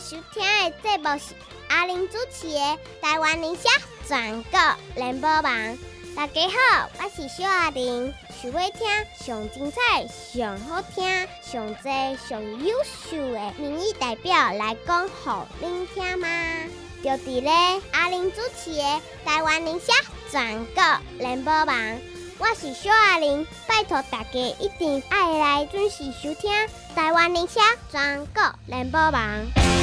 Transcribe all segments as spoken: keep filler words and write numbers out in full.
收听的节目是阿玲主持的《台湾人社全国联播网》。大家好，我是小阿玲，想要听上精彩、上好听、上多、上优秀的民意代表来讲给您听吗？就伫咧阿玲主持的《台湾人社全国联播网》。我是小阿玲，拜托大家一定爱来准时收听台湾人社全国联播网。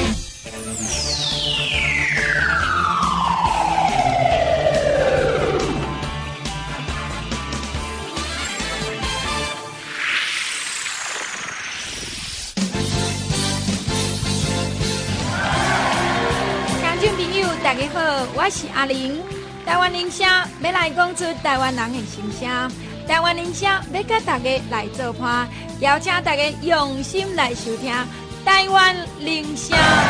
听众朋友，大家好，我是阿玲。台湾人社要来讲出台湾人的心声，台湾人社要甲大家来做伴，邀请大家用心来收听台湾人社。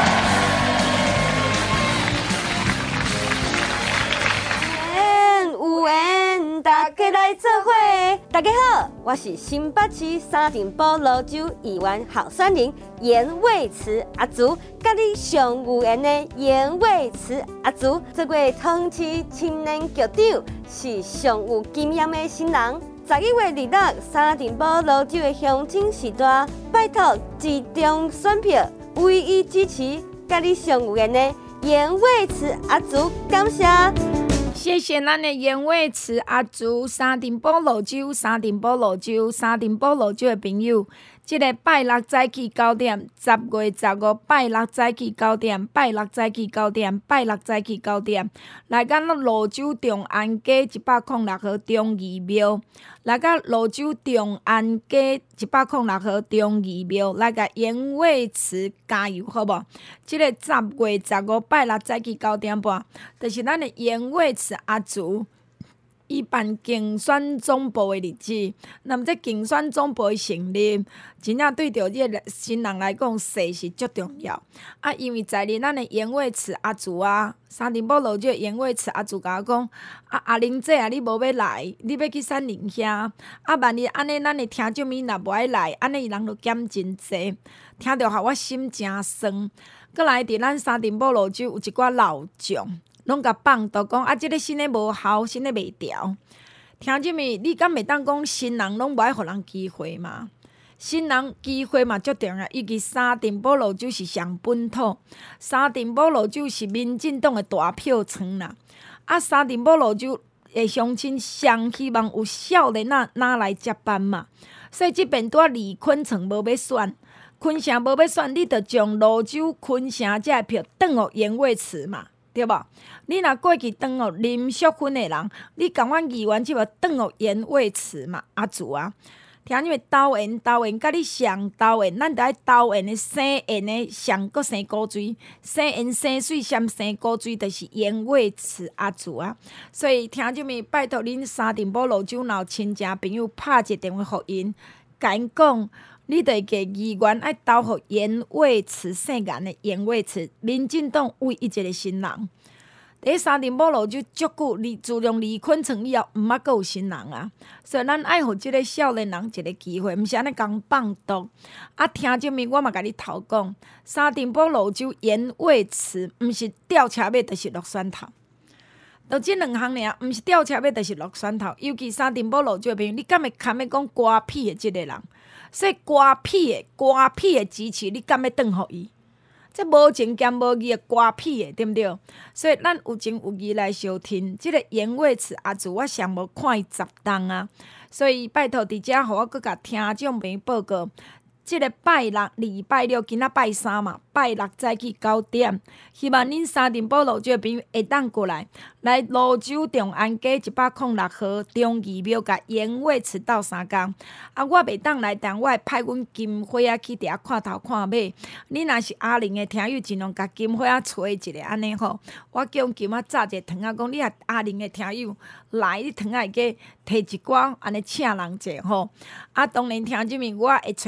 有缘，大家来做伙。大家好，我是新北市三重埔蘆洲议员候选人严惠慈阿竹，甲你上有缘的严惠慈阿竹，这位汤市青年局长是上有经验的新人。十一月二日，三重埔蘆洲的乡亲时代，拜托集中选票，唯一支持甲你上有缘的严惠慈阿竹，感谢。 谢谢咱的严惠慈阿竹，三重埔蘆洲、三重埔蘆洲、三重埔蘆洲的朋友，即、这个拜六早起九点，十月十五拜六早起九点，拜六早起九点，拜六早起九点，来到咱蘆洲重安街一百零六号忠义庙，来到蘆洲重安街一百零六号忠义庙，来甲严惠慈加油，好无？即、这个十月十五拜六早起九点半，就是咱的严惠慈阿竹。伊办竞选总部的日子，那么这竞选总部的成立，真正对着这个新人来讲，势是足重要。啊，因为在日咱的严惠慈阿竹啊，三重埔蘆洲的严惠慈阿竹甲我讲，啊阿玲姐啊，你无要来，你要去三林遐。啊，万一安尼，咱的听众们若无爱来，安尼伊人就减真济，听着互我心诚酸。搁来伫咱三重埔蘆洲有一寡老将。拢甲放倒讲啊！即、這个新的无效，新的袂调。听即物，你敢袂当讲新人拢无爱互人机会嘛？新人机会嘛足重要，尤其三重埔蘆洲是上本土，三重埔蘆洲是民进党的大票仓啦。啊，三重埔蘆洲的乡亲上希望有少年仔哪来接班嘛？所以即边拄李坤城无要选，坤城无要选，你着将蘆洲坤城这票转互严惠慈嘛？对无？你若过去转互林淑芬的人，你共阮议员即个转互严惠慈嘛？阿竹啊，听你们投缘投缘，甲你上投缘，咱着爱投缘的生缘的上搁生古水，生缘生水闪生古水，就是严惠慈阿竹啊。所以听即们拜托恁三重埔蘆洲若有亲戚朋友拍一个电话互因，甲因讲。你著会给议员爱投互严惠慈姓颜的严惠慈，民进党唯一一个新人。伫三重埔蘆洲足久，李自从李坤城以后，毋捌阁有新人啊。所以咱爱互即个少年人一个机会，毋是安尼共放毒。啊，听即面我嘛甲你头讲，三重埔蘆洲严惠慈，毋是吊车尾，就是落选头。就即两项尔，毋是吊车尾，就是落选头。尤其三重埔蘆洲的朋友，你敢会堪要讲瓜屁的即个人？所以瓜屁的瓜屁的支持，你敢要转互伊？这无情兼无义的瓜屁的，对毋对？所以咱有情有义来收听。即、这个严惠慈阿竹，我上无看伊十档啊，所以拜托伫遮，互我搁甲听众朋友报告。即个拜六、礼拜六，今仔拜三嘛，拜六早起九点，希望恁三重埔蘆洲的朋友会当过来，来蘆洲重安街一百零六号忠义庙，甲严惠慈斗相共。啊，我袂当来，但我会派阮金花啊去伫遐看头看尾。恁若是阿玲的听友，尽量甲金花啊找一个安尼吼。我叫阮金啊炸一个糖啊，讲你若阿玲的听友来，你糖啊会记摕一寡安尼请人者吼。啊，当然听即面我会找时间。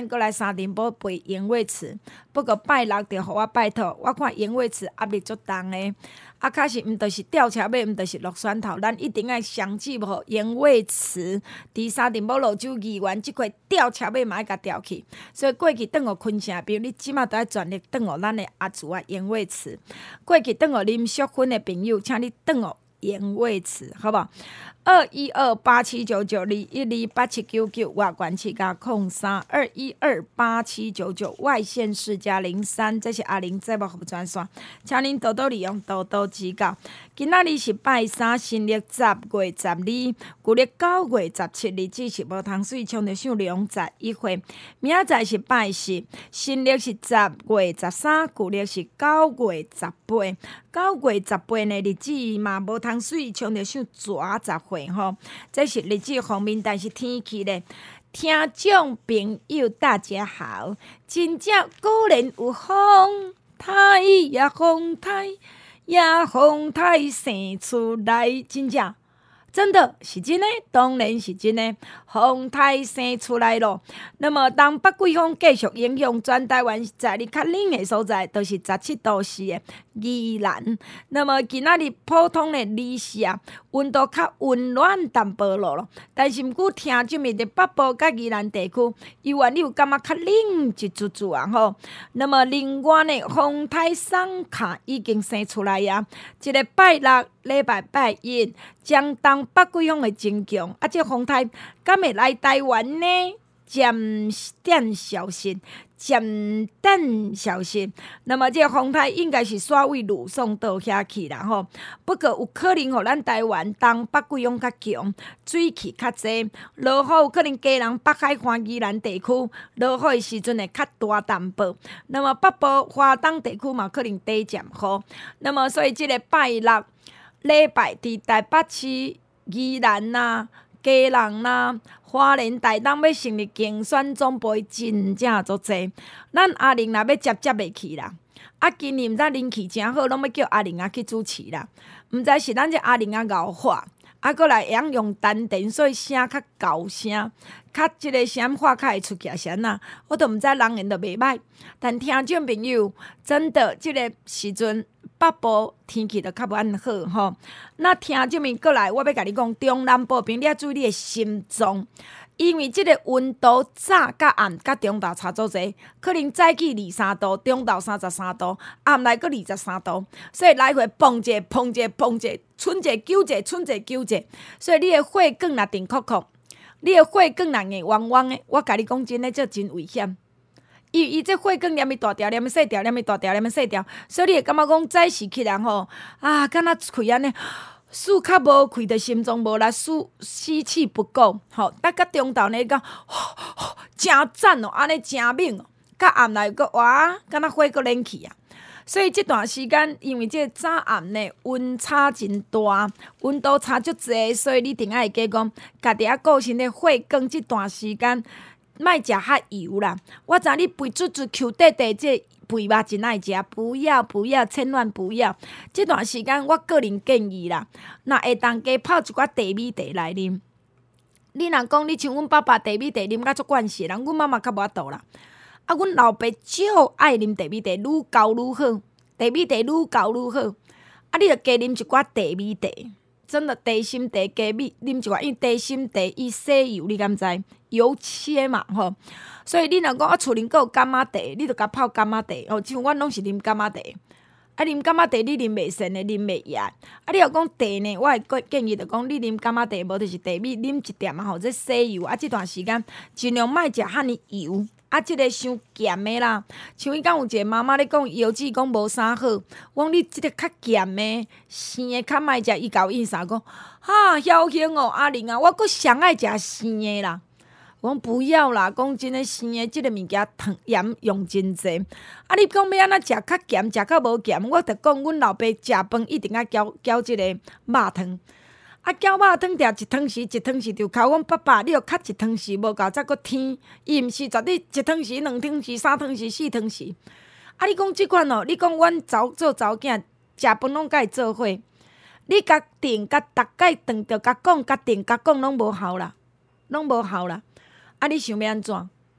咱过来三重埔陪杨惠慈，不过拜六着互我拜托，我看杨惠慈压力足重诶。啊，确实毋著是吊车尾，毋著是落选头，咱一定要相信互杨惠慈伫三重埔蘆洲议员即块吊车尾嘛要甲吊去。所以过去转互昆城朋友，你即马都要全力转互咱诶阿祖啊杨惠慈。过去转互林淑芬诶朋友，请你转互杨惠慈，好无？二一二八七九九二一二八七九九外管七加空三二一二八七九九外县市加零三，这是阿玲节目服务专线，请您多多利用，多多指教。今仔日是拜三，新历十月十二，旧历九月十七日，只是无通水冲着上两十一岁。明仔载是拜四，新历是十月十三，旧历是九月十八。九月十八的日子嘛，无通水冲着上蛇十岁吼。这是日子方面，但是天气咧。听众朋友大家好，真正果然有风台呀，风台呀，风台生出来，真正。真的是真的，当然是真的。风台生出来咯。那么，当北季风继续影响全台湾，在你较冷的所在，都、就是十七度四的宜兰。那么，今仔日普通的日时啊，温度较温暖淡薄落咯。但是，毋过听众们伫北部甲宜兰地区，伊原有感觉较冷一chút chút啊吼。那么，另外呢，风台双卡已经生出来啊。一个拜六、礼拜拜一，将当北季风会增强，啊，这风台敢会来台湾呢？渐点消息，渐点消息。那么，这个风台应该是煞位陆送到遐去啦吼。不过有可能互咱台湾东北季风较强，水汽较济，落雨有可能加人北海花宜兰地区落雨的时阵会较大淡薄。那么北部华东地区嘛，可能低渐雨。那么，所以这个拜六、礼拜伫台北市、宜兰呐、基隆呐、花莲、台东要成立竞选总部，真正足济。咱阿玲若要接接袂去啦。啊，今年毋知人气真好，拢要叫阿玲啊去主持啦。毋知是咱这阿玲啊熬化，啊，搁来会晓用丹田，所以声较高声，较即个声话较会出去声呐。我都毋知人缘都袂歹，但听众朋友，真的即个时阵。北部天气就较无安好吼，那听即面过来，我要甲你讲，中南部边你要注意你的心脏，因为即个温度早甲暗甲中昼差足济，可能早起二三度，中昼三十三度，暗来阁二十三度，所以来回碰者碰者碰者，春者久者春者久者，所以你的血管若定酷酷，你的血管若硬汪汪的，我甲你讲真诶，这真危险。伊伊这血管念伊大条，念伊细条，念伊大条，念伊细条，所以你会感觉讲早时起来吼，啊，敢若开安尼，输较无开，着心脏无力，输吸气不够，吼，等到中昼呢讲，真赞哦，安尼真猛哦，甲暗来个哇，敢若火个冷气啊。所以这段时间，因为这早暗呢温差真大，温度差足济，所以你一定爱记讲，家己啊顾身的血管这段时间。莫食较油啦！我知你肥嘟嘟、Q 弟弟这肥肉真爱食，不要不要，千万不要！这段时间我个人建议啦，若会当加泡一寡茶米茶来啉。你若讲你像阮爸爸茶米茶啉甲足惯势人，阮妈妈较无法度啦。啊，阮老爸少爱啉茶米茶，愈高愈好，茶米茶愈高愈好。啊，你着加啉一寡茶米茶。真的茶心茶加米啉一寡，因为茶心茶伊洗油，你敢知？油切嘛吼，所以你若讲啊厝里阁有柑仔茶，你着甲泡柑仔茶。哦，像阮拢是啉柑仔茶，啊啉柑仔茶你啉袂顺的，啉袂野。啊，你若讲茶呢，我会建议着讲你啉柑仔茶，无就是茶米啉一点嘛吼，这洗油。啊，这段时间尽量莫食遐尼油。啊，即个伤咸的啦，像伊讲有一个妈妈咧讲药剂讲无啥好，我讲你即个较咸的、生的较莫食，伊甲我印象讲，哈侥幸哦，阿玲啊，我阁上爱食生的啦。我讲不要啦，讲真诶，生的即个物件糖盐用真济。啊，你讲要安怎食较咸，食较无咸，我着讲阮老爸食饭一定要搅搅即个肉汤。啊，搅肉汤定一汤匙一汤匙就靠阮爸爸，你著较一汤匙无够，再搁添。伊毋是绝对一汤匙、两汤匙、三汤匙、四汤匙。啊，你讲即款哦，你讲阮查做查某囝食饭拢甲伊做伙，你甲定甲逐摆顿着甲讲甲定甲讲拢无效啦，拢无效啦。啊，你想要安怎？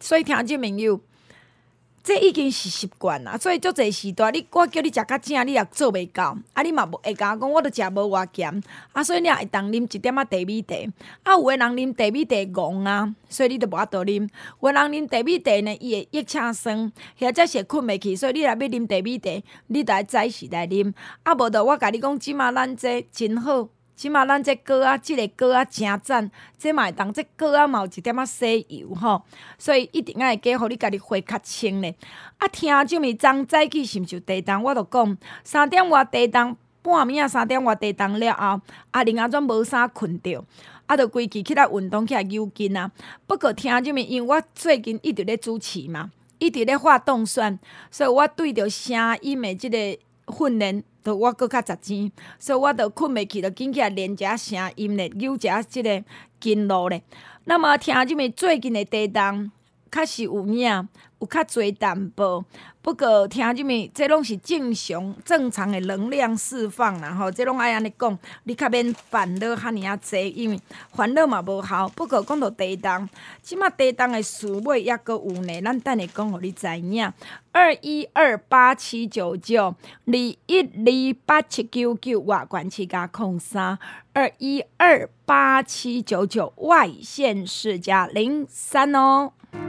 所以听众朋友，这已经是习惯啦。所以足侪时段，你我叫你食较正，你也做袂到。啊，你嘛会甲我讲，我都食无偌咸。啊，所以你也会当啉一点仔茶米茶。啊，有诶人啉茶米茶戆啊，所以你都无法度啉。有诶人啉茶米茶呢，伊会抑车酸，或者是会困袂去，所以你若要啉茶米茶，你着爱早时来啉。啊，无着我甲你讲，即马咱这真好。即马咱这果仔，即、这个果仔真赞，这嘛会当这果仔嘛有一点仔洗油吼，所以一定爱加，互你家己花较清咧。啊，听种物昨早起是毋是有地动？我着讲三点外地动，半暝啊三点外地动了后，啊林阿转无啥困着，啊着规气起来运动起来扭筋啊。不过听种物，因为我最近一直咧主持嘛，一直咧画动算，所以我对着声音的即个训练。就我搁较十钱，所以我就困袂去，就紧起来练一下声音咧，扭一下即个筋路咧。那么听即物最近的地动，较是有影，有较侪淡薄。不过听即物，这拢是正常正常的能量释放啦吼，这拢爱安尼讲，你较免烦恼遐尔啊济，因为烦恼嘛无效。不过讲到地动，即马地动的事尾抑阁有呢，咱等下讲互你知影。二一二八七九九，二一二八七九九，外关七加空三，二一二八七九九，外线是加零三哦。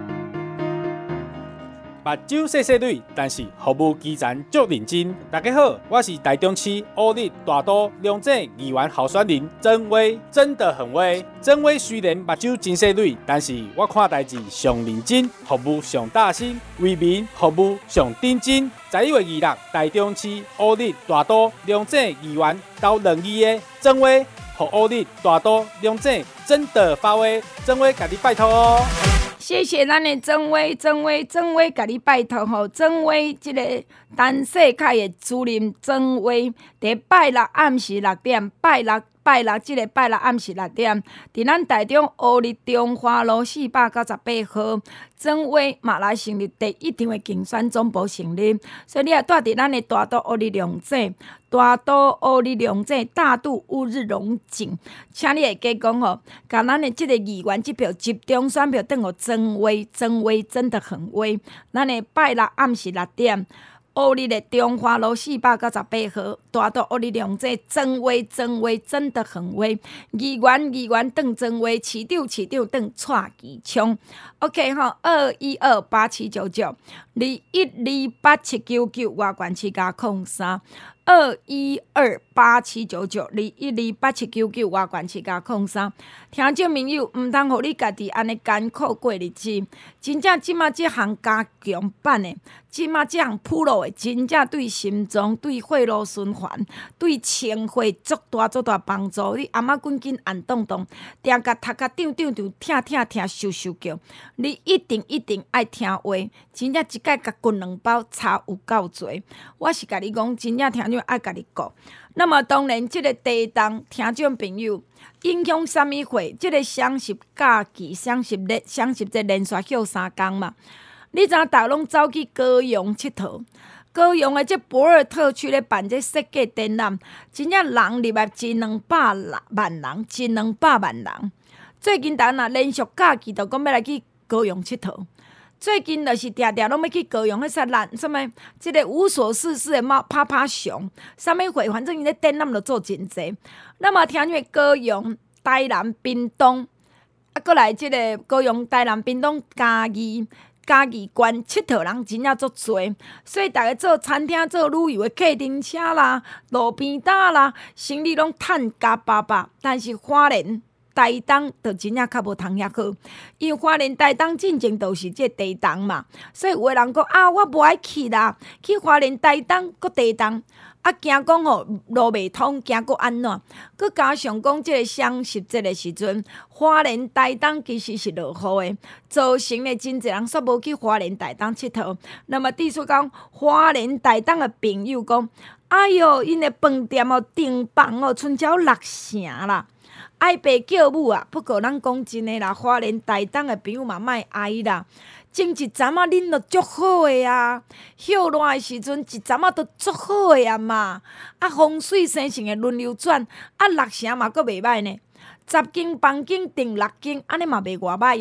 目睭细细蕊，但是服务基层足认真。大家好，我是台中市乌日大都龙井议员候选人曾威，真的很威。曾威虽然目睭真细蕊，但是我看代志上认真，服务上大心，为民服务上认真。十一月二六，台中市乌日大都龙井议员到两议的曾威，和乌日大都龙井真的发威，曾威甲你拜托哦。 谢谢咱的曾威，曾威，曾威，甲你拜托吼，曾威，即个陈世凯的主任曾威，伫拜六暗时六点，拜六拜六，即个拜六暗时六点，伫咱台中乌日中华路四百九十八号，曾威嘛来成立第一场的竞选总部成立，所以你也住伫咱的大都乌日龙井。大都乌日龙井大肚乌日龙井，请你会记讲吼，甲咱的即个议员即票集中选票转互曾威，曾威真的很威。咱的拜六暗时六点，乌日的中华路四百九十八号，大都乌日龙井曾威，曾威真的很威。议员议员转曾威，市长市长转蔡其昌。OK 吼，二一二八七九九，二一二八七九九，外关七加空三。二一二八七九九，二一二八七九九，外关七加空三。听众朋友，毋通互你家己安尼艰苦过日子，真正即马即项加强版的，即马即项铺路的，真正对心脏、对血路循环、对清血足大足大帮助。你阿妈滚紧按动动，定甲头壳长长长，疼疼疼，咻咻叫，你一定一定爱听话，真正一摆甲滚两包，差有够侪。我是甲你讲，真正听。爱家己顾，那么当然，即个地动听众朋友影响啥物货？即个双十假期、双十连、双十节连续休三天嘛。你知影大拢走去高雄佚佗？高雄的即博尔特区咧办即世界展览，真正人入来真两百万人，真两百万人。最近咱若连续假期，就讲要来去高雄佚佗。最近就是定定拢要去高雄，迄啥烂什么，即个无所事事的猫趴趴熊，啥物会，反正伊咧展览就做真济。那么听说高雄、台南、屏东，啊，过来即个高雄、台南、屏东、嘉义、嘉义县佚佗人真正足多，所以逐个做餐厅、做旅游的客丁车啦、路边摊啦，生意拢趁加巴巴，但是花莲。台东就真正较无通遐好，因为花莲台东进前就是即地动嘛，所以有诶人讲啊，我无爱去啦，去花莲台东搁地动，啊惊讲吼路袂通，惊搁安怎？搁加上讲即个双十节诶时阵，花莲台东其实是落雨诶，造成咧真侪人煞无去花莲台东佚佗。那么地说讲花莲台东诶朋友讲，哎哟，因诶饭店哦、订房哦，剩只有六成啦。爱爸叫母啊，不过咱讲真诶啦，花莲台东诶朋友嘛莫哀啦。前一阵啊，恁着足好诶啊，休热诶时阵一阵啊都足好诶啊嘛。啊，风水生成诶轮流转，啊六成嘛阁袂歹呢。十间房间订六间，安尼嘛袂偌歹啊。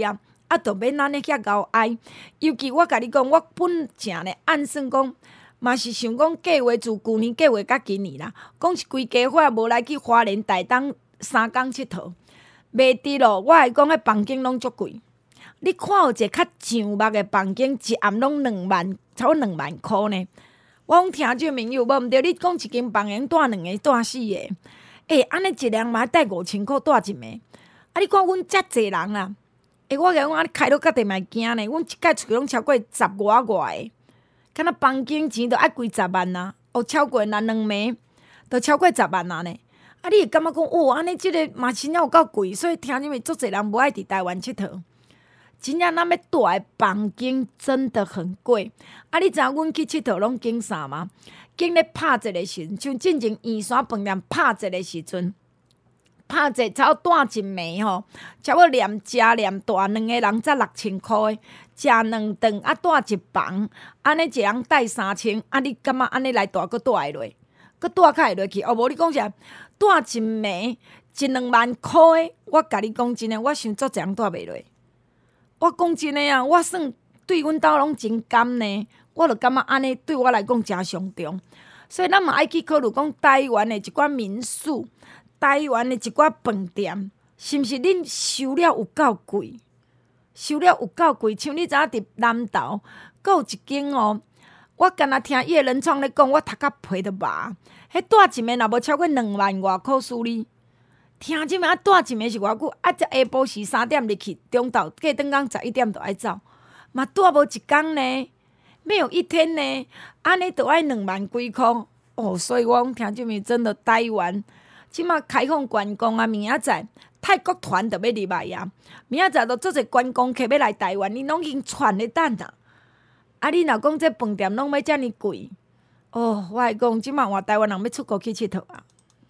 啊，就免安尼遐熬哀。尤其我甲你讲，我本正咧按算讲，嘛是想讲计划自旧年计划到今年啦，讲是规家伙无来去花莲台东三工佚佗。袂伫咯，我会讲迄房间拢足贵。你看有一个较上目的房间，一暗拢两万，差不多两万箍呢。我讲听这朋友，无毋对，你讲一间房间住两个、住四个，诶、欸，安尼一人嘛带五千箍住一暝。啊，你看阮遮济人啦，诶、欸，我甲讲安尼开到家己嘛会惊呢。阮一届厝拢超过十外外个，敢若房间钱都爱几十万啊，哦，超过那两暝都超过十万啊呢。啊，你会感觉讲，哦，安尼即个嘛真正有够贵，所以听入面足侪人无爱伫台湾佚佗。真正咱要住的房间真的很贵。啊，你知影阮去佚佗拢经啥吗？经咧拍一个时阵，像进前圆山饭店拍一个时阵，拍一差不多住一暝吼，差不多连食连住两个人才六千箍的，食两顿啊住一房，安尼一人带三千，啊你感觉安尼来住佫住会落？佫住较会落去？哦，无你讲啥？住一暝一两万箍的，我甲你讲真诶，我想足一人住袂落。我讲真诶啊，我算对阮兜拢真甘呢，我就感觉安尼对我来讲真上重。所以咱嘛爱去考虑讲台湾诶一寡民宿，台湾诶一寡饭店，是毋是恁收了有够贵？收了有够贵，像你知影伫南投，阁有一间哦，我敢若听伊诶人创咧讲，我头壳皮都麻。迄住一暝若无超过两万外箍输哩。听即摆住一暝是偌久？啊，才下晡时三点入去，中昼过顿工十一点就爱走，嘛住无一工呢，没有一天呢，安尼就爱两万几箍哦。所以我讲听即摆真的台湾，即摆开放观光啊，明仔载泰国团就要入来啊，明仔载都做者观光客要来台湾，你拢已经喘咧等啊。啊，你若讲这饭店拢要遮尔贵，哦，我会讲即摆换台湾人要出国去佚佗啊。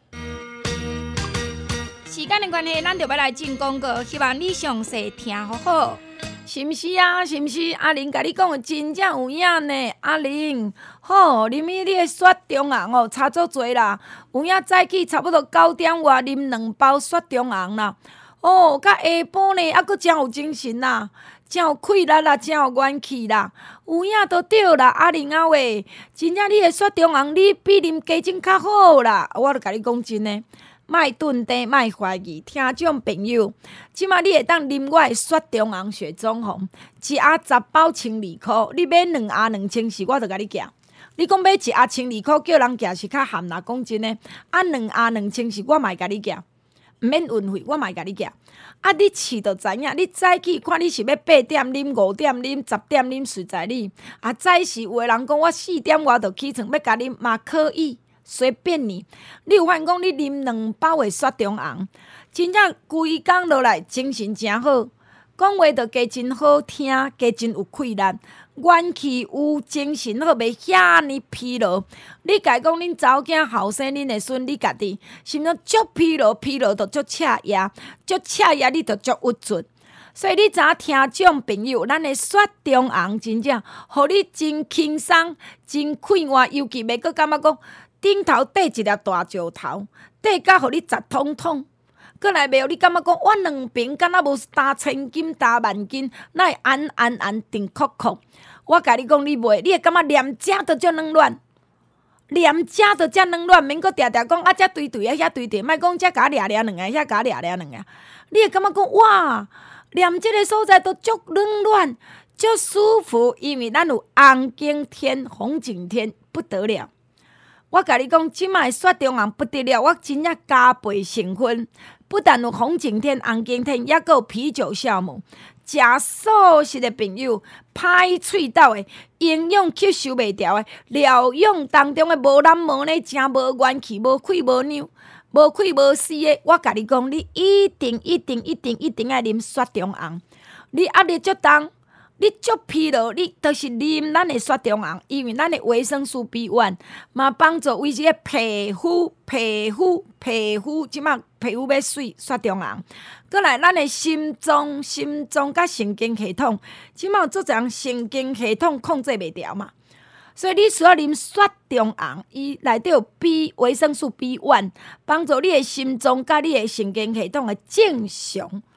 时间的关系，咱就要来进广告，希望你详细听好好，是毋是啊？是毋是？阿玲甲你讲的真正有影呢？阿玲，好，啉迄你的雪中红哦，差足侪啦。有影早起差不多九点外啉两包雪中红啦。哦，甲下晡呢，还佫真有精神啦，真有气力啦，真有元气啦。有影都对啦，阿玲啊喂，真正你的雪中红，你比啉鸡精较好啦。我著甲你讲真的。莫顿地，莫怀疑，听众朋友，即马你会当啉我的雪中红雪中红，一盒十包千二箍，你买两盒两千四，我就甲你寄。你讲买一盒千二箍，叫人寄是较含啦。讲真诶，啊两盒两千四，我嘛会甲你寄，毋免运费，我嘛会甲你寄。啊，你试就知影，你早起看你是要八点啉、五点啉、十点啉，随在你。啊，早时有诶人讲我四点外就起床要甲啉，嘛可以。随便你，你有法讲你啉两包的雪中红，真正规工落来精神真好，讲话就加真好听，加真有气力，元气有，精神好，袂遐尼疲劳。你家讲恁查某囝后生，恁的孙，你家己心中足疲劳，疲劳就足赤夜，足赤夜你就足郁卒。所以你知影听众朋友，咱的雪中红真正，互你真轻松，真快活，尤其袂阁感觉讲。顶头缀一粒大石头，缀甲互你砸通通，过来袂互你感觉讲我两边敢若无搭千斤搭万斤，哪会安安安定酷酷？我甲你讲，你袂，你会感觉连食都足软软，连食都遮软软，免阁定定讲啊，遮堆堆啊，遐堆堆，莫讲遮甲掠掠两个，遐甲掠掠两个，你会感觉讲哇，连即个所在都足软软，足舒服，因为咱有红景天、风景天，不得了。我甲你讲，即摆雪中红不得了，我真正加倍成分，不但有风景天、红景天，还有啤酒酵母，食素食的朋友，歹喙斗的，营养吸收袂调的，疗养当中的无男无女，真无元气、无气、无扭、无气无势的，我甲你讲，你一定、一定、一定、一定爱啉雪中红，你压力足重。你足疲劳，你都是啉咱的雪中红，因为咱的维生素 B 一 嘛帮助维持皮肤、皮肤、皮肤，即马皮肤要水，雪中红。过来，咱的心脏、心脏甲神经系统，即马有做人神经系统控制袂调嘛，所以你需要啉雪中红，伊内底有 B 维生素 B 一，帮助你的心脏甲你的神经系统的正常。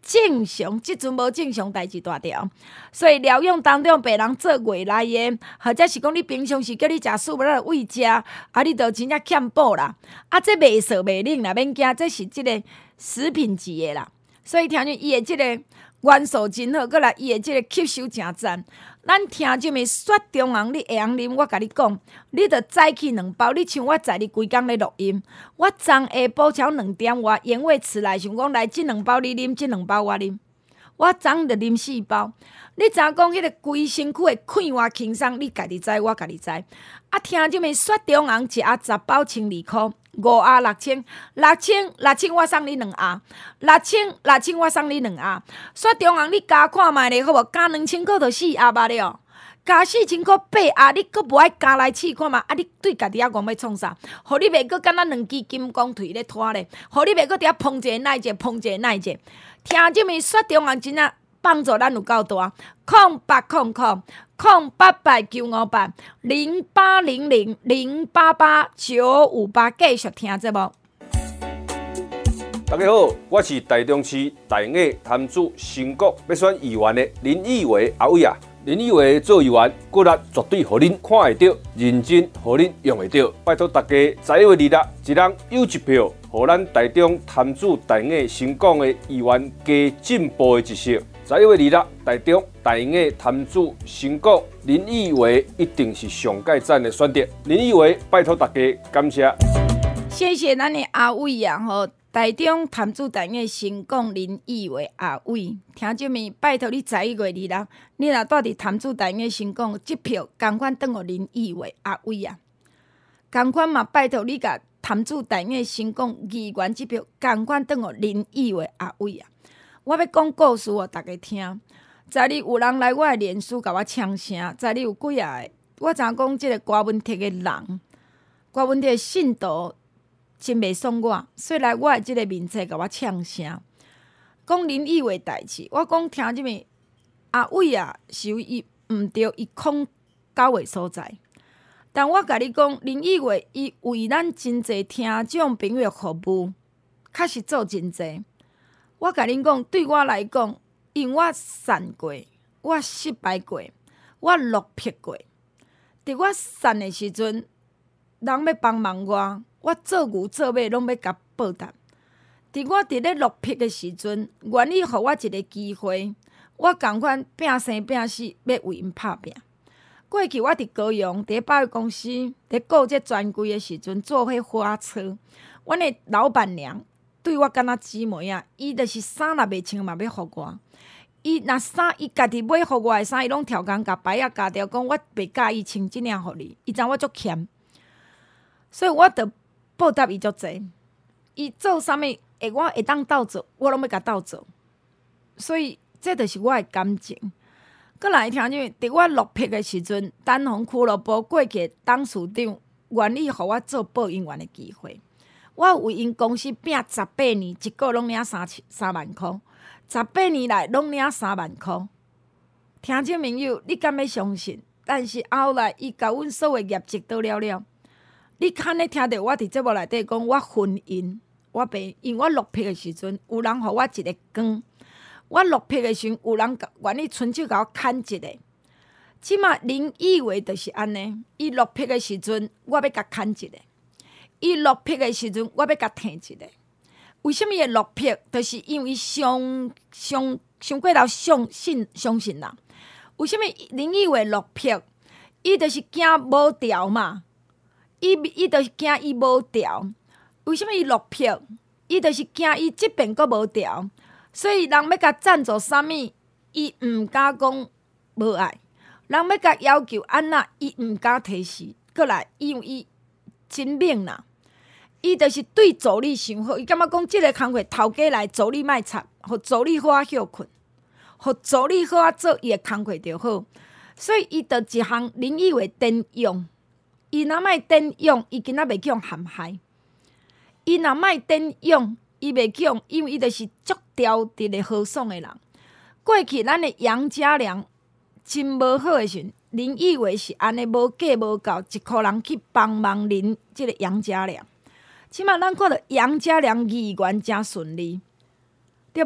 正常，即阵无正常代志大条，所以疗养当中别人做月来的，或者是讲你平常时叫你食素不了喂食，啊，你就真正欠补啦。啊，这袂涩袂冷啦，免惊，这是即个食品级的啦。所以听见伊的即个元素真好，过来伊的即个吸收真赞。咱听这么雪中红，你会晓啉？我甲你讲，你着早起两包。你像我载你规工咧录音，我昨下晡超两点外，原味迟来想讲来即两包你啉，即两包我啉。我昨着啉四包。你知影讲迄个规身躯的快活轻松，你家己知，我家己知。啊，听这么雪中红一盒十包千二箍。五盒六千，六千六千我送你两盒，六千六千我送你两盒。雪中红你加看卖咧，好无？加两千块就四盒罢了，加四千块八盒，你阁无爱加来试看嘛？啊，你对家己啊讲要创啥？互你袂阁敢若两支金刚腿咧拖咧，互你袂阁伫遐碰一个耐一个，碰一个耐一个。听这么雪中红真正帮助咱有够大，空八空空。空八八九五八零八零零零八八九五八，继续听节目。 大家好，我是台中市大雅潭子新国要选议员的林义伟阿伟啊。林义伟做议员，骨力绝对互恁看会到，认真互恁用会到。拜托大家十一月二日，一人有一票，互咱台中潭子大雅新港的议员加进步的一色。十一月二日，台中大雅潭子新港林义伟一定是上界赞的选择。林义伟，拜托大家，感谢。 谢谢咱的阿伟啊！吼，台中潭子大雅新港林义伟阿伟，听这么拜托你十一月二日，你若住伫潭子大雅新港，这票同款转互林义伟阿伟啊！同款嘛，拜托你甲潭子大雅新港议员这票同款转互林义伟阿伟啊！我要讲故事哦，大家听。昨日有人来我的脸书甲我呛声，昨日有几啊个，我知影讲即个郭文铁的人，郭文铁的信徒真袂爽我，所以来我的即个面册甲我呛声，讲林义伟代志。我讲听即么阿伟啊，是有伊毋对，伊空九的所在。但我甲你讲，林义伟伊为咱真侪听众朋友服务，确实做真侪。我甲恁讲，对我来讲，因为我散过，我失败过，我落魄过。伫我散的时阵，人要帮忙我，我做牛做马拢要甲报答。伫我伫咧落魄的时阵，愿意互我一个机会，我共款拼生拼死要为因拍拼。过去我伫高雄，伫百货公司，伫顾这专柜的时阵，做迄花车，阮的老板娘。对我敢若姊妹啊，伊就是衫若袂穿嘛，要互我。伊若衫，伊家己买互我的衫，伊拢挑工甲牌啊夹掉，讲我袂介意穿即领互你。伊知我足欠，所以我着报答伊足济。伊做啥物会我会当斗做，我拢要甲斗做。所以这就是我的感情。搁来听见，伫我落魄的时阵，丹凤俱乐部过去董事长愿意互我做播音员的机会。我为因公司拼十八年，一个拢领三千三万箍，十八年来拢领三万箍。听众朋友，你敢要相信？但是后来伊甲阮所有业绩倒了了。你肯定听到我伫节目内底讲，我婚姻，我爸因我落魄的时阵，有人互我一个光；我落魄的时阵，有人愿意伸手甲我牵一个。即马林义伟就是安尼，伊落魄的时阵，我要甲牵一个。伊落魄的时阵，我要甲摕一个。为什么会落魄？就是因为伤伤伤过头相信相信人。为什么林义伟落魄？伊就是惊无调嘛。伊伊就是惊伊无调。为什么伊落魄？伊就是惊伊即边阁无调。所以人要甲赞助啥物，伊毋敢讲无爱。人要甲要求安那，伊毋敢提示。过来，因为伊真猛啦。伊就是对助理伤好，伊感觉讲即个工课头家来助理莫插，互助理好啊休困，互助理好啊做伊的工课就好。所以伊着一项林义伟典用，伊若莫典用，伊今仔袂去用陷害。伊若莫典用，伊袂去用，因为伊就是足刁直的豪爽的人。过去咱的杨家良真无好的时阵，林义伟是安尼无价无够，一箍人去帮忙林即个杨家良。即马咱看到杨家良议员真顺利，对无？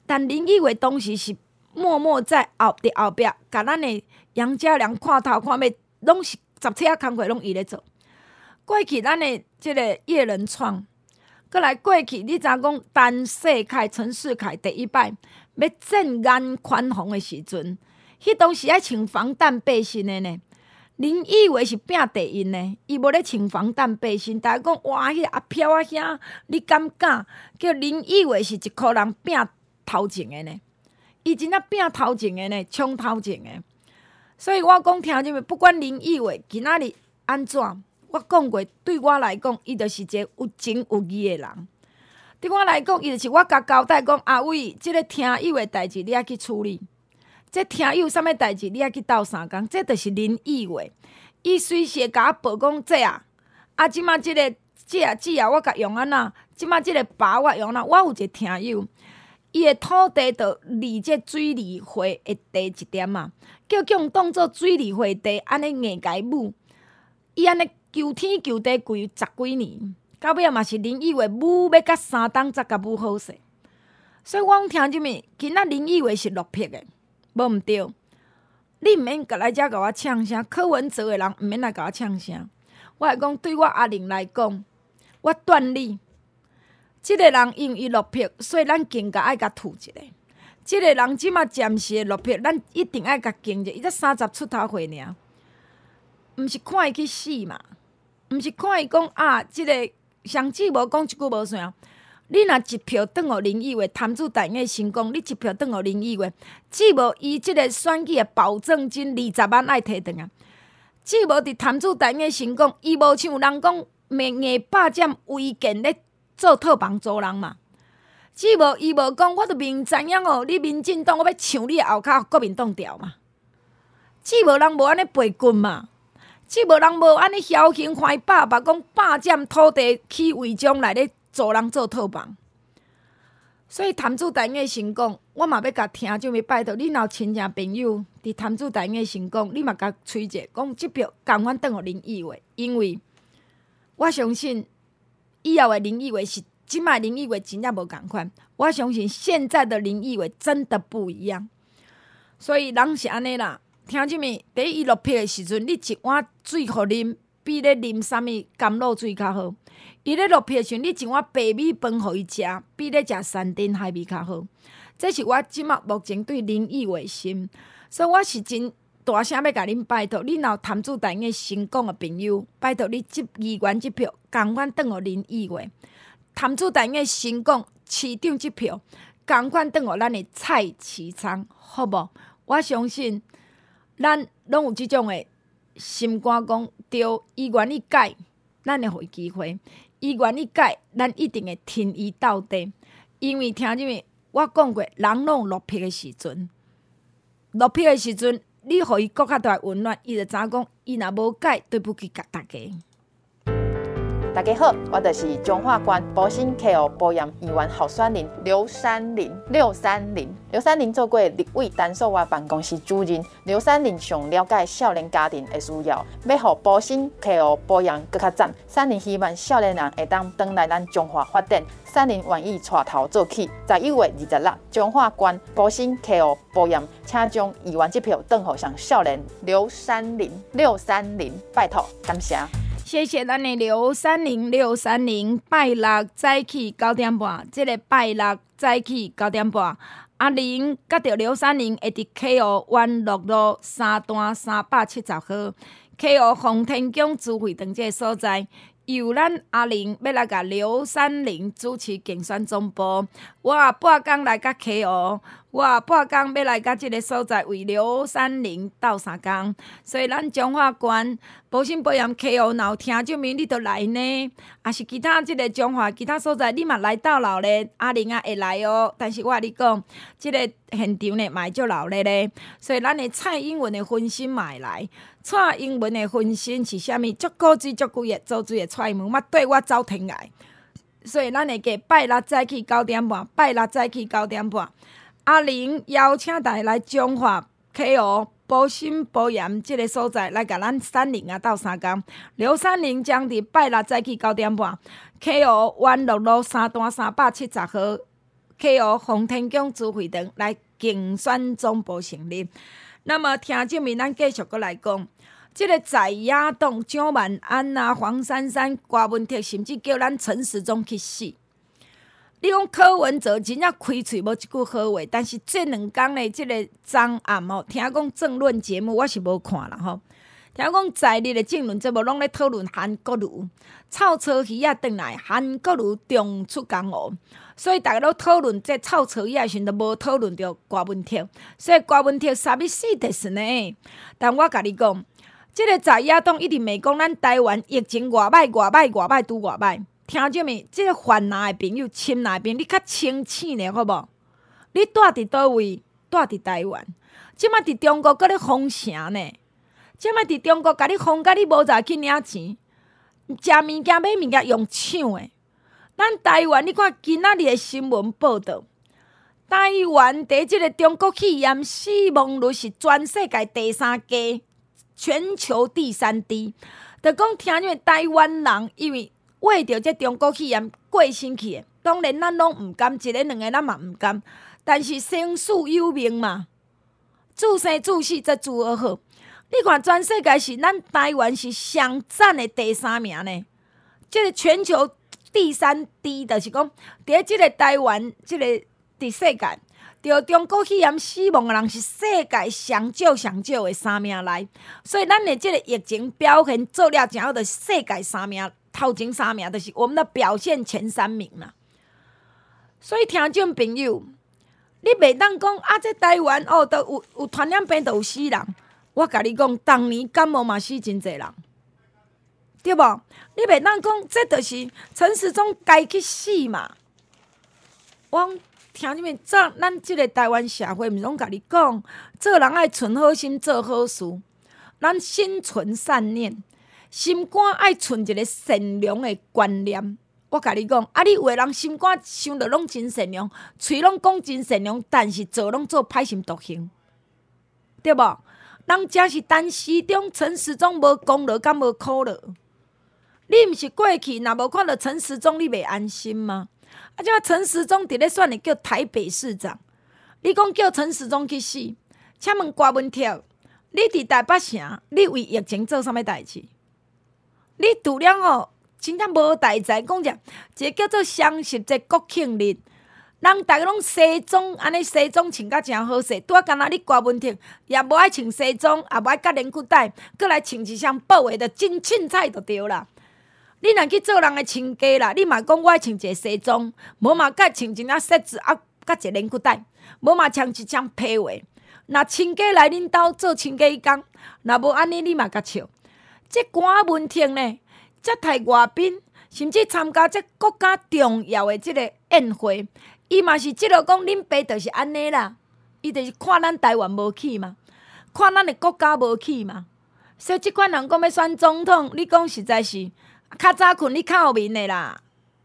但林义伟当时是默默在后伫后壁，甲咱的杨家良看头看尾，拢是十七啊工课拢伊咧做。过去咱的即个叶仁创，过来过去，你知影讲陈世凯、陈世凯第一摆要正眼宽宏的时阵，迄当时爱穿防弹背心的呢。林义伟是拼第一呢，伊无咧穿防弹背心，大家讲哇，迄阿飘啊遐，你敢敢？叫林义伟是一箍人拼头前的呢，伊真正拼头前的呢，冲头前的。所以我讲听众们，不管林义伟今仔日安怎，我讲过，对我来讲，伊就是一个有情有义的人。对我来讲，伊就是我甲交代讲，阿伟，即、这个听友的代志你爱去处理。这听友啥物代志，你爱去斗相共，这就是林义伟。伊随时会甲我报讲这啊，啊，即马即个这啊这啊，我甲用安那，即马即个拔我用安那。我有一个听友，伊的土地就离这水利会的地一点啊，叫叫当做水利会地，安尼硬解母。伊安尼求天求地跪十几年，到尾嘛是林义伟母要甲三档才甲母好势。所以我讲听即物，今仔林义伟是落魄的。无毋对，你毋免来遮甲我呛声，柯文哲的人毋免来甲我呛声。我会讲，对我阿玲来讲，我断你。即、这个人因为伊落魄，所以咱更加爱甲吐一个。即、这个人即马暂时的落魄，咱一定爱甲敬者。伊才三十出头岁尔，毋是看伊去死嘛？毋是看伊讲啊，即、这个上姊无讲一句无算。你若一票转互林义伟，谈主台嘅成功，你一票转互林义伟，只无伊即个选举嘅保证金二十万爱摕转啊！只无伫谈主台嘅成功，伊无像人讲硬硬霸占违建咧做套房租人嘛。只无伊无讲，我著明知影哦，你民进党我要抢你后骹国民党调嘛。只无人无安尼背棍嘛。只无人无安尼侥幸怀爸爸讲霸占土地去违章来咧。做人做套房，所以谈主台嘅成功，我嘛要甲听众要拜托，你若有亲戚朋友伫谈主台嘅成功，你嘛甲催者讲，即票共阮转互林义伟，因为我相信以后的林义伟是即摆林义伟真正无共款，我相信现在的林义伟真的不一样，所以人是安尼啦。听众们，第一伊落魄的时阵，你一碗水互啉，比咧啉啥物甘露水较好。伊咧落魄时，你一碗白米饭互伊食，比咧食山珍海味较好。这是我即马目前对林义伟心，所以我是真大声要甲恁拜托，你若有谈主台嘅成功嘅朋友，拜托你即议员即票，共款转互林义伟；谈主台嘅成功市长即票，共款转互咱的蔡其昌，好无？我相信咱拢有即种嘅心肝，讲对，伊愿意改，咱会互伊机会。伊愿意改，咱一定会听伊到底。因为听入面，我讲过，人拢有落魄的时阵，落魄的时阵，你互伊搁较大温暖，伊就知影讲，伊若无改，对不起甲大家。 大家好，我就是中华关保新 K O 保养议员候选人刘三林。刘三林，刘三林做过立委单数外办公室主任。刘三林上了解少年家庭的需要，要互保新 K O 保养更较赞。三林希望少年人会当回来咱中华发展。三林愿意带头做起。十一月二十六，中华关保新 K O 保养，请将议员这票转互上少年刘三林。刘三林，拜托，感谢。 谢谢咱的刘三零六三零，拜六早起九点半，这个拜六早起九点半，阿玲甲着刘三零会伫 K O 湾乐路三段三百七十号 K O 洪天宫智慧堂这个所在，由咱阿玲要来甲刘三零主持竞选总部，我半工来甲 K O。我半工要来甲即个所在为刘三零斗相共，所以咱中华关保新保养 K O 若有听众面你都来呢，也是其他即个中华其他所在你嘛来斗闹咧，阿玲啊会来哦。但是我甲你讲，即、这个现场呢嘛会足闹咧咧，所以咱的蔡英文的分身嘛会来。蔡英文的分身是啥物？足古锥足贵的做水的蔡英文，嘛对我走天涯。所以咱会加拜六早起九点半，拜六早起九点半。阿玲邀请大家来中华 K O 保新保养这个所在来甲咱三零啊斗相共。刘三零将伫拜六早起九点半 K O 湾乐路三段三百七十号 K O 洪天宫主会堂来竞选总部成立。那么听众们，咱继续过来讲，即、这个在野党蒋万安啊、黄珊珊、郭文铁，甚至叫咱陈时中去死。你讲柯文哲真正开喙无一句好话，但是这两天的即个昨暗吼，听讲政论节目我是无看啦吼。听讲在日的政论节目拢咧讨论韩国瑜，臭草鱼仔转来，韩国瑜重出江湖，所以大家都讨论这臭草鱼仔时，都无讨论到郭文铁，所以郭文铁啥物死就是呢？但我甲你讲，即、这个在野党一定袂讲咱台湾疫情偌歹偌歹偌歹拄偌歹。听众们，即、这个犯难的朋友、亲难的朋友，你较清醒咧，好无？你住伫倒位？住伫台湾？即摆伫中国搁咧封城呢？即摆伫中国，甲你封甲你无在去领钱，食物件买物件用抢的。咱台湾，你看今仔日的新闻报道，台湾伫即个中国肺炎死亡率是全世界第三低，全球第三低。就讲听见台湾人因为为着这中国肺炎过身去的，当然咱拢毋甘，一个两个咱嘛毋甘，但是生死有命嘛，自生自死则自而好。你看，全世界是咱台湾是上赞的第三名呢。即、这个全球第三低，就是讲，伫即个台湾，即、这个伫世界，着中国肺炎死亡的人是世界上少上少的三名内。所以，咱的即个疫情表现做了真好，就是世界三名，头前三名，就是我们的表现前三名啦。所以，听众朋友，你袂当讲啊，这台湾哦，都有有传染病，都有死人。我甲你讲，当年感冒嘛死真济人，对无？你袂当讲，这就是陈时中该去死嘛？我听你们，咱咱即个台湾社会，毋是拢甲你讲，做人爱存好心，做好事，咱心存善念，心肝爱存一个善良的观念。我甲你讲，啊，你有的人心肝想着拢真善良，喙拢讲真善良，但是做拢做歹心毒行，对无？人家是陈时中，陈时中无功劳，敢无苦劳？你毋是过去若无看到陈时中，你袂安心吗？啊，即陈时中伫咧选的叫台北市长，你讲叫陈时中去死？请问郭文铁，你伫台北城，你为疫情做啥物代志？你除了吼，真正无代志，讲者一个叫做双十节国庆日。人逐个拢西装，安尼西装穿甲真好势，拄啊，敢若你郭文铁也无爱穿西装，也无爱甲连裤带，搁来穿一双布的，就真凊彩就对啦。你若去做人的亲家啦，你嘛讲我爱穿一个西装，无嘛甲穿一领恤子啊，甲一个连裤带，无嘛穿一双皮鞋。若亲家来恁兜做亲家一工，若无安尼，你嘛甲笑。这郭文铁呢，才刣外宾，甚至参加这国家重要的这个宴会。伊嘛是即落讲，恁爸就是安尼啦，伊就是看咱台湾无起嘛，看咱的国家无起嘛，所以即款人讲要选总统，你讲实在是较早困你较后面的啦。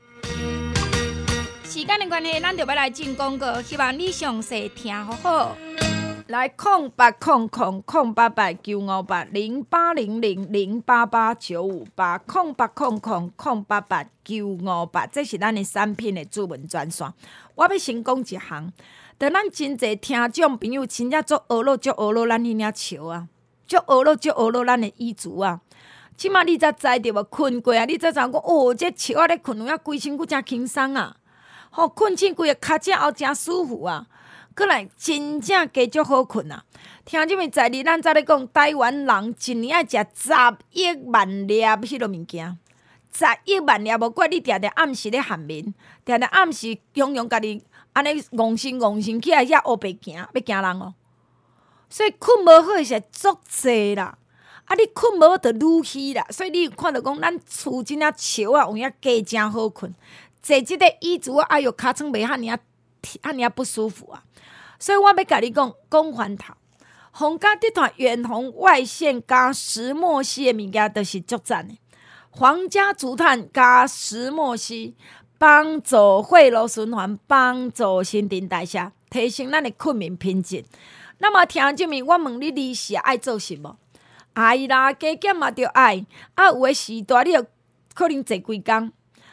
时间的关系，咱就要来进广告，希望你详细听好好。来，空八空空空八八九五八零八零零零八八九五八空八空空空八八九五八，这是咱的产品的主文专线。我要先讲一项，就咱真侪听众朋友真正足学了，足学了咱迄领笑啊，足学了，足学了咱的语词啊。即马你才知着无困过啊？你才知讲哦，这笑啊咧困，有影规身躯真轻松啊！吼、哦，困醒规个脚趾后真舒服啊！过来真正加足好困啊！听即面在日咱才咧讲，台湾人一年爱食十亿万粒迄落物件，十亿万粒无怪你定定暗时咧喊眠，定定暗时用用家己安尼戆身戆身起来遐黑白行，要惊人哦。所以困无好是足济啦，啊你困无就愈虚啦。所以你有看到讲咱厝真正笑啊，有影加真好困。坐即个椅子，哎哟，尻川袂遐尔遐尔不舒服啊。所以我要甲你讲，讲环头，皇家集团远红外线加石墨烯的物件，都是足赞的。皇家竹炭加石墨烯，帮助血路循环，帮助新陈代谢，提升咱的睡眠品质。那么听众们，我问你，你是爱做什么？爱啦，加减嘛着爱。啊，有的时段你就可能坐几工。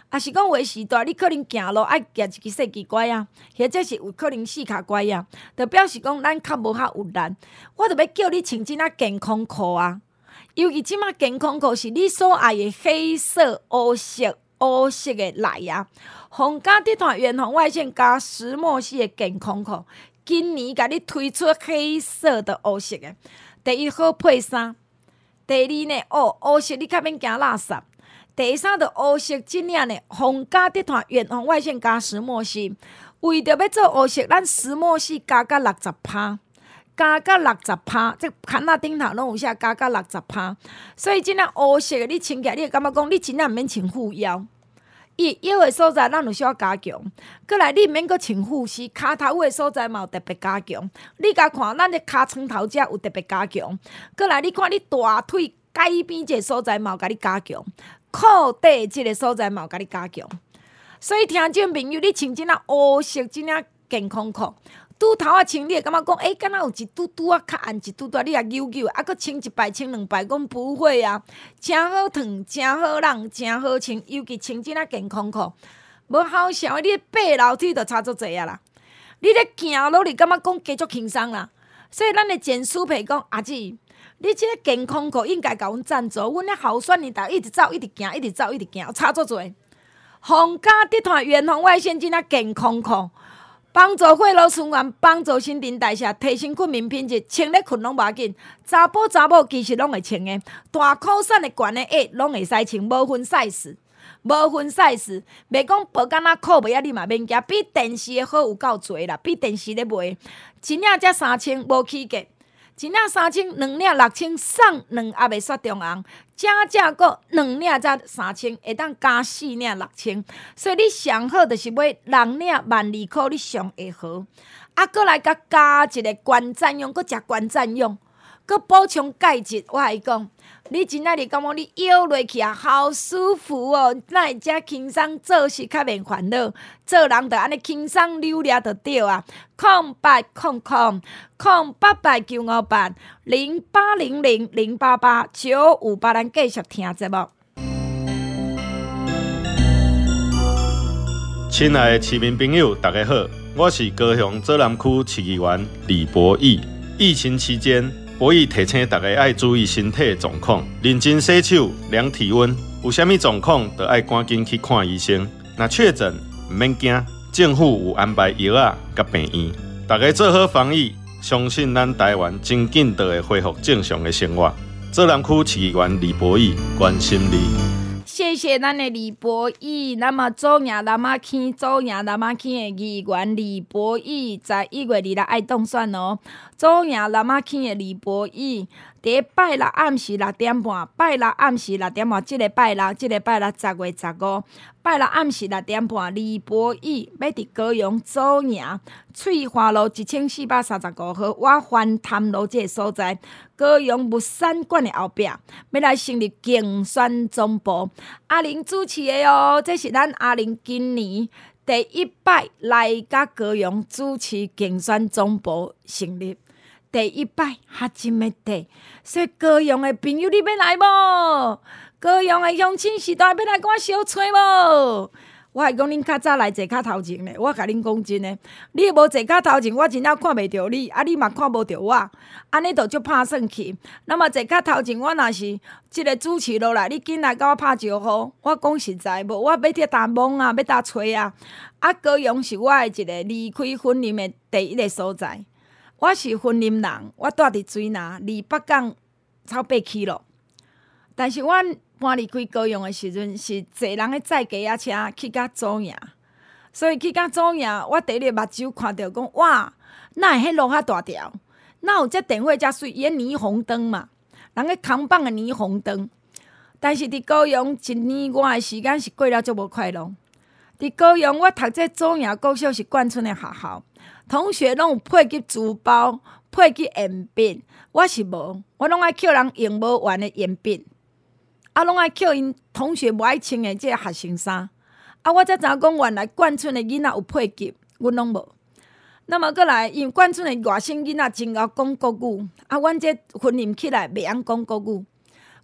啊是讲有诶时代，你可能行路爱夹一支细支拐啊，或者是有可能四脚拐啊，就表示讲咱较无较有力。我著要叫你穿即仔健康裤啊，尤其即仔健康裤是你所爱诶黑色、乌色、乌色诶来啊。皇家集团远红外线加石墨烯诶健康裤，今年甲你推出黑色的乌色诶，第一好配衫，第二呢，哦乌色你较免惊垃圾。第三就乌色即领呢，皇家集团远红外线加石墨烯，为着要做乌色，咱石墨烯加到六十趴，加到六十趴，即坎仔顶头拢有写加到六十趴，所以即领乌色的你穿起来，你会感觉讲你真正毋免穿护腰，伊腰的所在咱有需要加强，过来你毋免阁穿护膝，骹头的所在嘛有特别加强，你甲看咱的骹床头遮有特别加强，过来你看你大腿改边这个所在嘛有甲你加强。裤底即个所在嘛有甲你加强，所以听众朋友，你穿即领乌色即领健康裤，拄头啊穿，你会感觉讲，诶、欸，敢若有一拄拄啊较暗，一拄拄啊你啊扭扭，啊，搁穿一摆穿两摆，讲不会啊，真好烫，真好晾，真好穿，尤其穿即领健康裤，无好笑，你爬楼梯就差足济啊啦，你咧行路你感觉讲加足轻松啦，所以咱的简书培讲阿姊。你即个健康裤应该甲阮赞助，阮咧候选年代一直走，一直行，一直走，一直行，差足多。皇家集团远红外线即领健康裤，帮助血流循环，帮助新陈代谢，提升睡眠品质，穿咧困拢无要紧。查甫查某其实拢会穿的，大裤衫的、悬的、矮拢会使穿，无分 size， 无分 size。袂讲薄敢若裤袂啊，你嘛免惊，比电视的好有够侪啦，比电视咧卖。一领才三千，无起价。一领三千，两领六千，送两盒的雪中红，正正个两领才三千，会当加四领六千，所以你上好就是买六领万二块，你上会好。啊，搁来甲加一个关赞用，搁食关赞用，搁补充钙质。我甲伊讲，你真正是感觉你摇落去啊，好舒服哦，哪会遮轻松，做事较免烦恼，做人着安尼轻松溜达就对啊。空八空空空八八九五八零八零零零八八九五八，咱继续听节目。 亲爱的市民朋友，大家好，我是高雄左南区市议员李博义。疫情期间，博义提醒大家爱注意身体状况，认真洗手、量体温，有啥物状况就爱赶紧去看医生。若确诊，唔免惊，政府有安排药啊甲病院，大家做好防疫，相信咱台湾真紧就会恢复正常的生活。左南区市议员李博义关心你。 谢谢咱的李博义，那么左营南仔区左营南仔区的议员李博义，在一月二日爱当选哦。左营南仔区的李博义，伫拜六暗时六点半，拜六暗时六点半，即、这个拜六，即、这个拜六十月十五，拜六暗时六点半，李博义要伫高雄左营翠华路一千四百三十五号，我环潭路这个所在。高雄木山馆的后壁，要来成立竞选总部。阿玲主持的哦，这是咱阿玲今年第一摆来甲高雄主持竞选总部成立，第一摆哈真要得，所以高雄的朋友你要来无？高雄的乡亲时代要来跟我相吹无？我会讲恁较早来坐较头前咧，我甲恁讲真诶，你无坐较头前，我真正看袂着你，啊，你嘛看无着我，安尼就足拍算去。那么坐较头前，我若是即个主持落来，你紧来甲我拍招呼。我讲实在，无我要去搭网啊，要搭吹啊。啊，高雄是我诶一个离开婚林诶第一个所在。我是婚林人，我住伫水南，离北港超八起咯。但是阮搬离开高雄的时阵，是坐人的载家仔车去到左营，所以去到左营，我第一个目睭看到讲，哇，哪会迄路遐大条？哪有这电火遮水？伊霓虹灯嘛，人个扛棒的霓虹灯。但是伫高雄一年外的时间是过了足无快乐。伫高雄，我读这左营国小是眷村的学校，同学拢有配给书包、配给鉛笔，我是无，我拢爱叫人用无完的鉛笔。啊，拢爱叫因同学无爱穿的即个学生衫，啊，我才知影讲原来眷村的囡仔有配给，阮拢无。那么过来，因为眷村的外省囡仔真会讲国语，啊，阮这婚姻起来袂晓讲国语。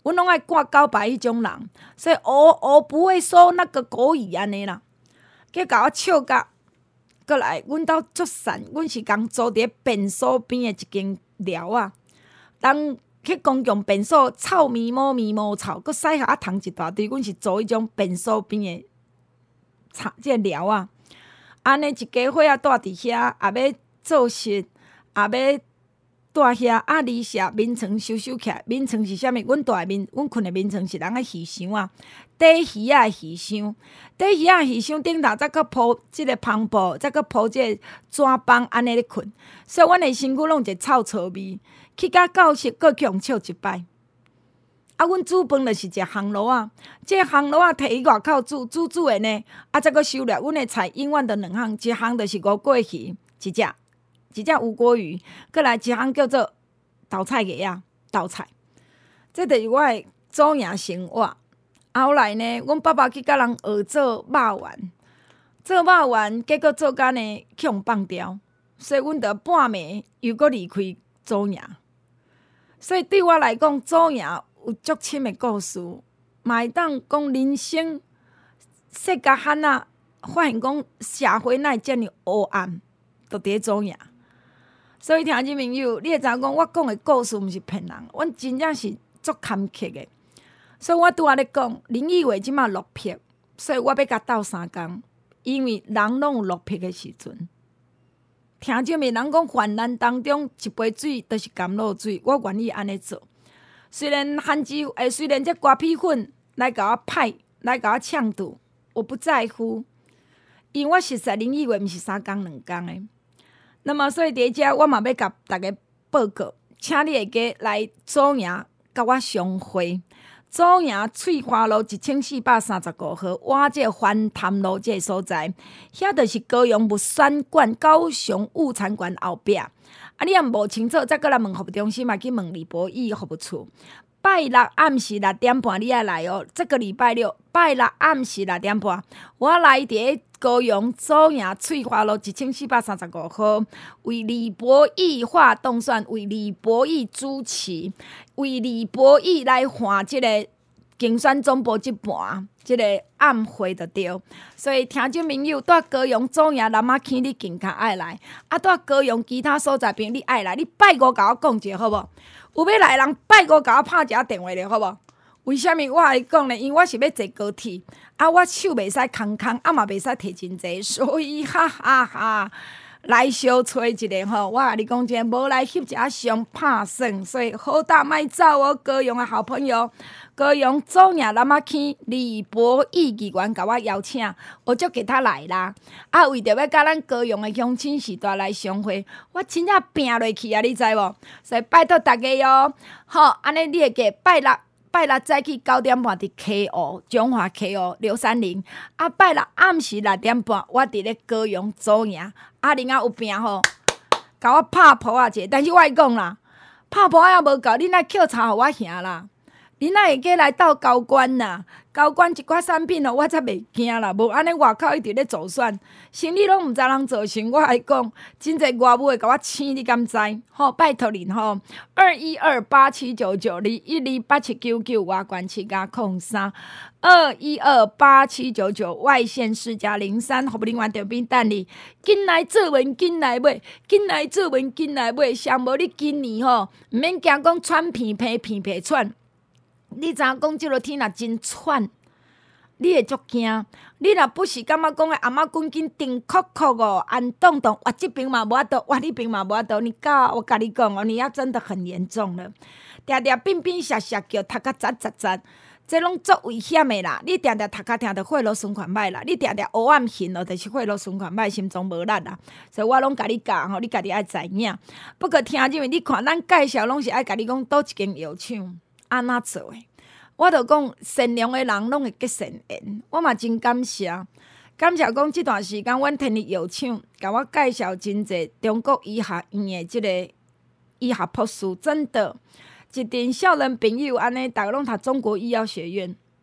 阮拢爱挂告白迄种人，所以我我不会说那个国语安尼啦。计甲我笑甲，过来，阮兜足散，阮是共租伫便所边的一间寮啊，人去公共便所臭咪毛咪毛臭，佮屎下虫一大堆，阮是租迄种便所边的草即个寮啊。安尼一家伙啊，住伫遐，也要做事，也要住遐啊，离舍眠床收收起来。眠床是啥物？阮住的眠，阮困的眠床是人个鱼箱啊，底鱼仔的鱼箱，底鱼仔的鱼箱顶头再佮铺即个篷布，再佮铺即个纸板，安尼咧困。所以阮的身躯拢一个臭臭味。去甲教室，搁去互笑一摆。啊，阮煮饭就是一个烘炉啊，即个烘炉啊，摕去外口煮，煮煮的呢，啊，再搁收掠。阮的菜永远都两项，一项就是五果鱼，一只，一只乌锅鱼，搁来一项叫做豆菜叶啊，豆菜。这就是我的祖营生活。后来呢，阮爸爸去甲人学做肉圆，做肉圆，结果做干呢去互放掉，所以阮着半暝又搁离开祖营。所以对我来讲，祖营有足深的故事，嘛会当讲人生世界汉仔发现讲社会哪会遮尔黑暗，就伫祖营。所以听众朋友，你会知影讲，我讲的故事毋是骗人，阮真正是足坎坷的。所以我拄仔咧讲，林奕华即马落魄，所以我要甲斗三工，因为人拢有落魄的时阵。听众们，人讲患难当中一杯水都是甘露水，我愿意安尼做。虽然番薯，诶，虽然这瓜皮粉来甲我派，来甲我呛堵，我不在乎，因为我实在林奕华毋是三工两工的。那么，所以伫遮我嘛要甲大家报告，请你下家来祖营甲我相会。祖营翠花路一千四百三十五号，我这环潭路这个所在，遐就是高雄物产馆、高雄物产馆后壁。啊，你若无清楚，再过来问服务中心嘛，去问李博义服务处。拜六暗时六点半你爱来哦，这个礼拜六拜六暗时六点半，我来伫高雄祖营翠花路一千四百三十五号，为李博义画动算，为李博义主持，为李博义来画即个竞选总部一半，即、这个暗会就对。所以听众朋友，在高雄祖营南仔坑，你更加爱来；啊，在高雄其他所在边，你爱来，你拜五甲我讲者好无？有要来人拜五甲我拍一下电话咧，好无？为虾米我来讲呢？因为我是要坐高铁，啊，我手袂使空空，啊嘛袂使摕真济，所以哈哈哈，来小吹一个吼。我甲你讲真，无来翕一下相拍算，所以好大莫走哦。高雄的好朋友，高雄祖营南仔坑李博义议员甲我邀请，我就给他来啦。啊，为着要甲咱高雄的乡亲时代来相会，我真正拼落去啊，你知无？所以拜托大家哟，吼，安尼你会记拜六。拜六早起九点半伫 K O 中华 K O 刘三林，啊拜六暗时六点半我伫咧高雄祖营，啊恁啊有病吼，甲我拍婆仔者，但是我会讲啦，拍婆仔无够，恁来捡茶互我兄啦，恁啊会过来斗交关啦，交关一寡产品哦，我才袂惊啦，无安尼外口一直咧做选，生意拢毋知人做成，我来讲，真侪外母会甲我请，你敢知？吼，拜托恁吼，二一二八七九九二一二八七九九外关七加空三，二一二八七九九外线四加零三，服务人员调兵等你，紧来做文，紧来买，紧来做文，紧来买，上无你今年吼，毋免惊讲喘鼻皮鼻皮喘。你知影讲即落天若真喘，你会足惊。你若不是感觉讲诶，阿妈滚紧顶哭哭哦，安动动，哇，这边嘛无法度，哇，那边嘛无法度。你教我甲你讲哦，你要真的很严重了。定定变变斜斜叫，头壳窒窒窒，这拢足危险的啦。你定定头壳听着血路循环歹啦，你定定黑暗眩咯，就是血路循环歹，心脏无力啦。所以我拢甲你教吼，你家己爱知影。不过听因为你看咱介绍拢是爱甲你讲倒一间药厂。安怎做诶？我著讲善良诶人拢会结善缘，我嘛真感谢，感谢讲即段时间，阮天力药厂甲我介绍真侪中国医学院诶即个医学博士，真的，一群少年朋友安尼，逐个拢读中国医药学院，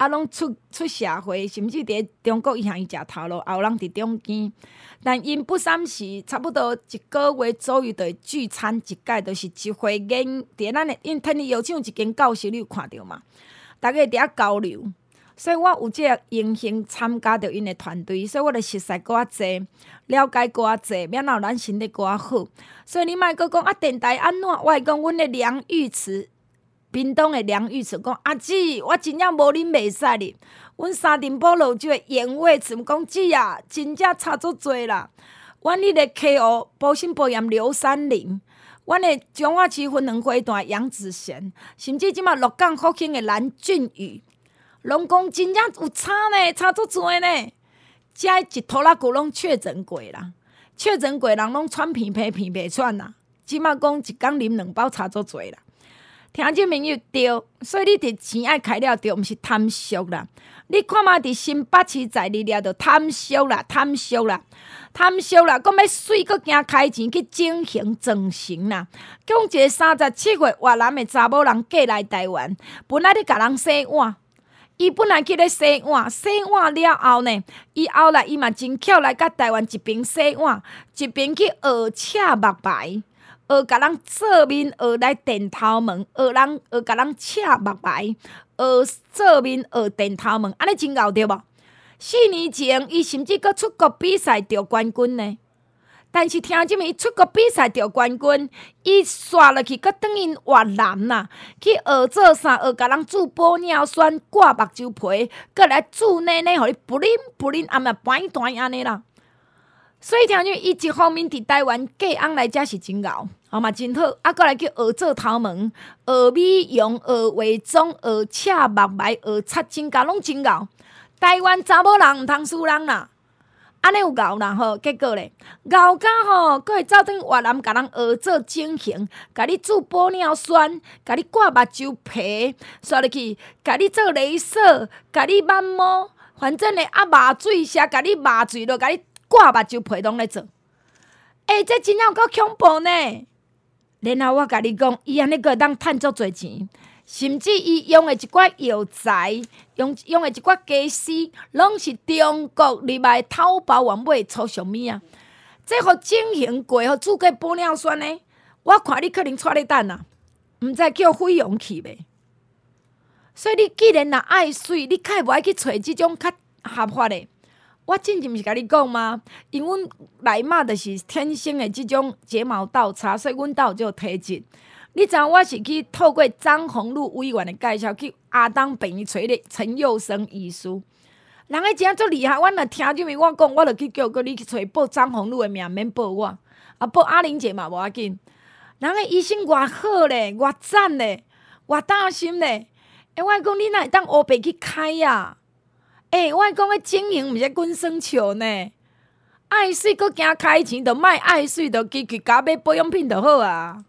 啊，拢出出社会，甚至伫中国伊向伊食头路，也有人伫中间。但因不三时，差不多一个月左右就会聚餐一届，就是一回演伫咱的，因趁伊邀请一间教室，你有看到嘛？大家伫遐交流，所以我有即个荣幸参加着因的团队，所以我就熟悉搁较济，了解搁较济，免让咱身体搁较好。所以你莫搁讲啊，电台安怎？我会讲阮的梁玉慈。屏东的梁玉慈讲：阿姊，我真正无恁袂使哩。阮沙尘暴路酒的原味词讲：姊啊，真正差足多啦。阮迄个 K O 保心保养刘三林，阮的彰化市分两花旦杨子贤，甚至即马鹿港福兴的蓝俊宇，拢讲真正有差呢，差足多呢。遮一拖拉骨拢确诊过啦，确诊过人拢喘鼻涕鼻袂喘啦。即马讲一工啉两包差足多啦。听这朋友对，所以你伫钱爱开了对，毋是贪俗啦。你看嘛，伫新北市在你了，就贪俗啦，贪俗啦，贪俗啦，讲要水，搁惊开钱去整形整形啦。讲一个三十七岁越南的查某人嫁来台湾，本来咧甲人洗碗，伊本来去咧洗碗，洗碗了后呢，伊后来伊嘛真巧来甲台湾一边洗碗，一边去学车目牌。学甲人做面，学来电头毛，学人学甲人车目牌，学做面，学电头毛，安尼真够对无？四年前，伊甚至搁出国比赛得冠军呢。但是听即么，伊出国比赛得冠军，伊刷落去，搁转因越南啦，去学做啥？学甲人煮玻尿酸、挂目睭皮，搁来煮奶奶，互你不灵不灵，啊嘛摆断安尼啦。所以听讲，伊一方面伫台湾嫁翁来遮是真熬，吼嘛真好，啊，搁来去学做头毛、学美容、学化妆、学车目牌、学擦指甲，拢真熬。台湾查某人毋通输人啦，安尼有熬啦吼。结果咧，熬甲吼，搁会走转越南，甲人学做整形，甲你煮玻尿酸，甲你挂目睭皮，刷落去，甲你做镭射，甲你按摩，反正咧啊麻醉下，甲你麻醉落，甲你。挂目睭皮拢咧做，哎、欸，这真正有够恐怖呢！然后我甲你讲，伊安尼个当趁足侪钱，甚至伊用的一寡药材，用用的一寡家私，拢是中国入来淘宝网买粗俗物啊！这互整形过，互煮过玻尿酸呢？我看你可能带咧等啊，毋知叫费用去袂？所以你既然若爱水，你较无爱去找即种较合法的。我之前毋是甲你讲吗？因阮内妈就是天生的即种睫毛倒插，所以阮兜有这个体质。你知影我是去透过张宏禄委员的介绍，去阿东病院找咧陈佑生医师。人个真足厉害，阮若听这物我讲，我就去叫过你去找报张宏禄的名，免报我，啊报阿玲姐嘛无要紧。人个医生偌好咧，偌赞咧，偌大心咧。诶，我讲你哪会当乌白去开啊？诶、欸，我讲个经营毋是滚生笑呢，爱水阁惊开钱，就莫爱水，就继续加买保养品就好啊。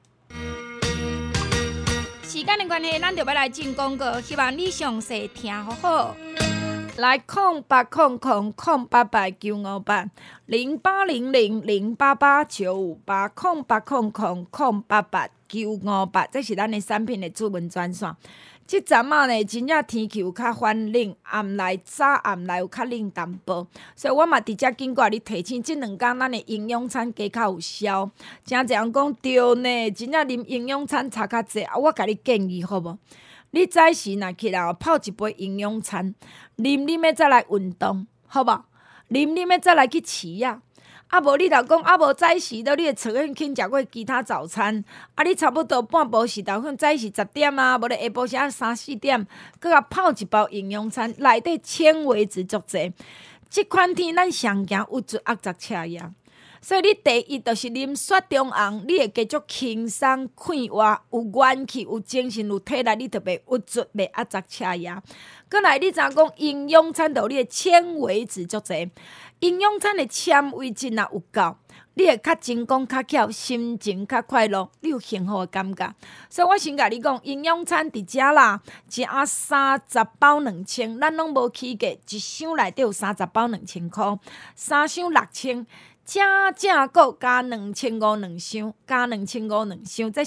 时间的关系，咱就要来进广告，希望你详细听好好。来，空八空空空八八九五八零八零零零八八九五八空八空空空八八九五八，这是咱的产品的主文专线。即阵仔呢，真正天气有较反冷，暗来早暗来有较冷淡薄，所以我嘛直接警告你提醒，即两天咱的营养餐加较有效。真侪人讲对呢，真正啉营养餐差较济，啊，我甲你建议好无？你早时若起来泡一杯营养餐，啉啉的再来运动，好无？啉啉的再来去饲啊！啊无你若讲啊无早时到你会找紧去食过其他早餐，啊你差不多半晡时头，可能早时十点啊，无咧下晡时啊三四点，佮甲泡一包营养餐，内底纤维质足济。即款天咱上惊有足压杂车呀，所以你第一就是啉雪中红，你会继续轻松快活，有元气，有精神，有体力，你特别有足袂压杂车呀。佮来你知影讲营养餐就你的纤维质足济。营养餐的纤维质若有够，你会较精光较巧，心情较快乐，你有幸福的感觉。所以我先甲你讲，营养餐伫遮啦，一盒三十包两千，咱拢无起价，一箱内底有三十包两千箍，三箱六千，正正够加两千五两箱，加两千五两箱，这是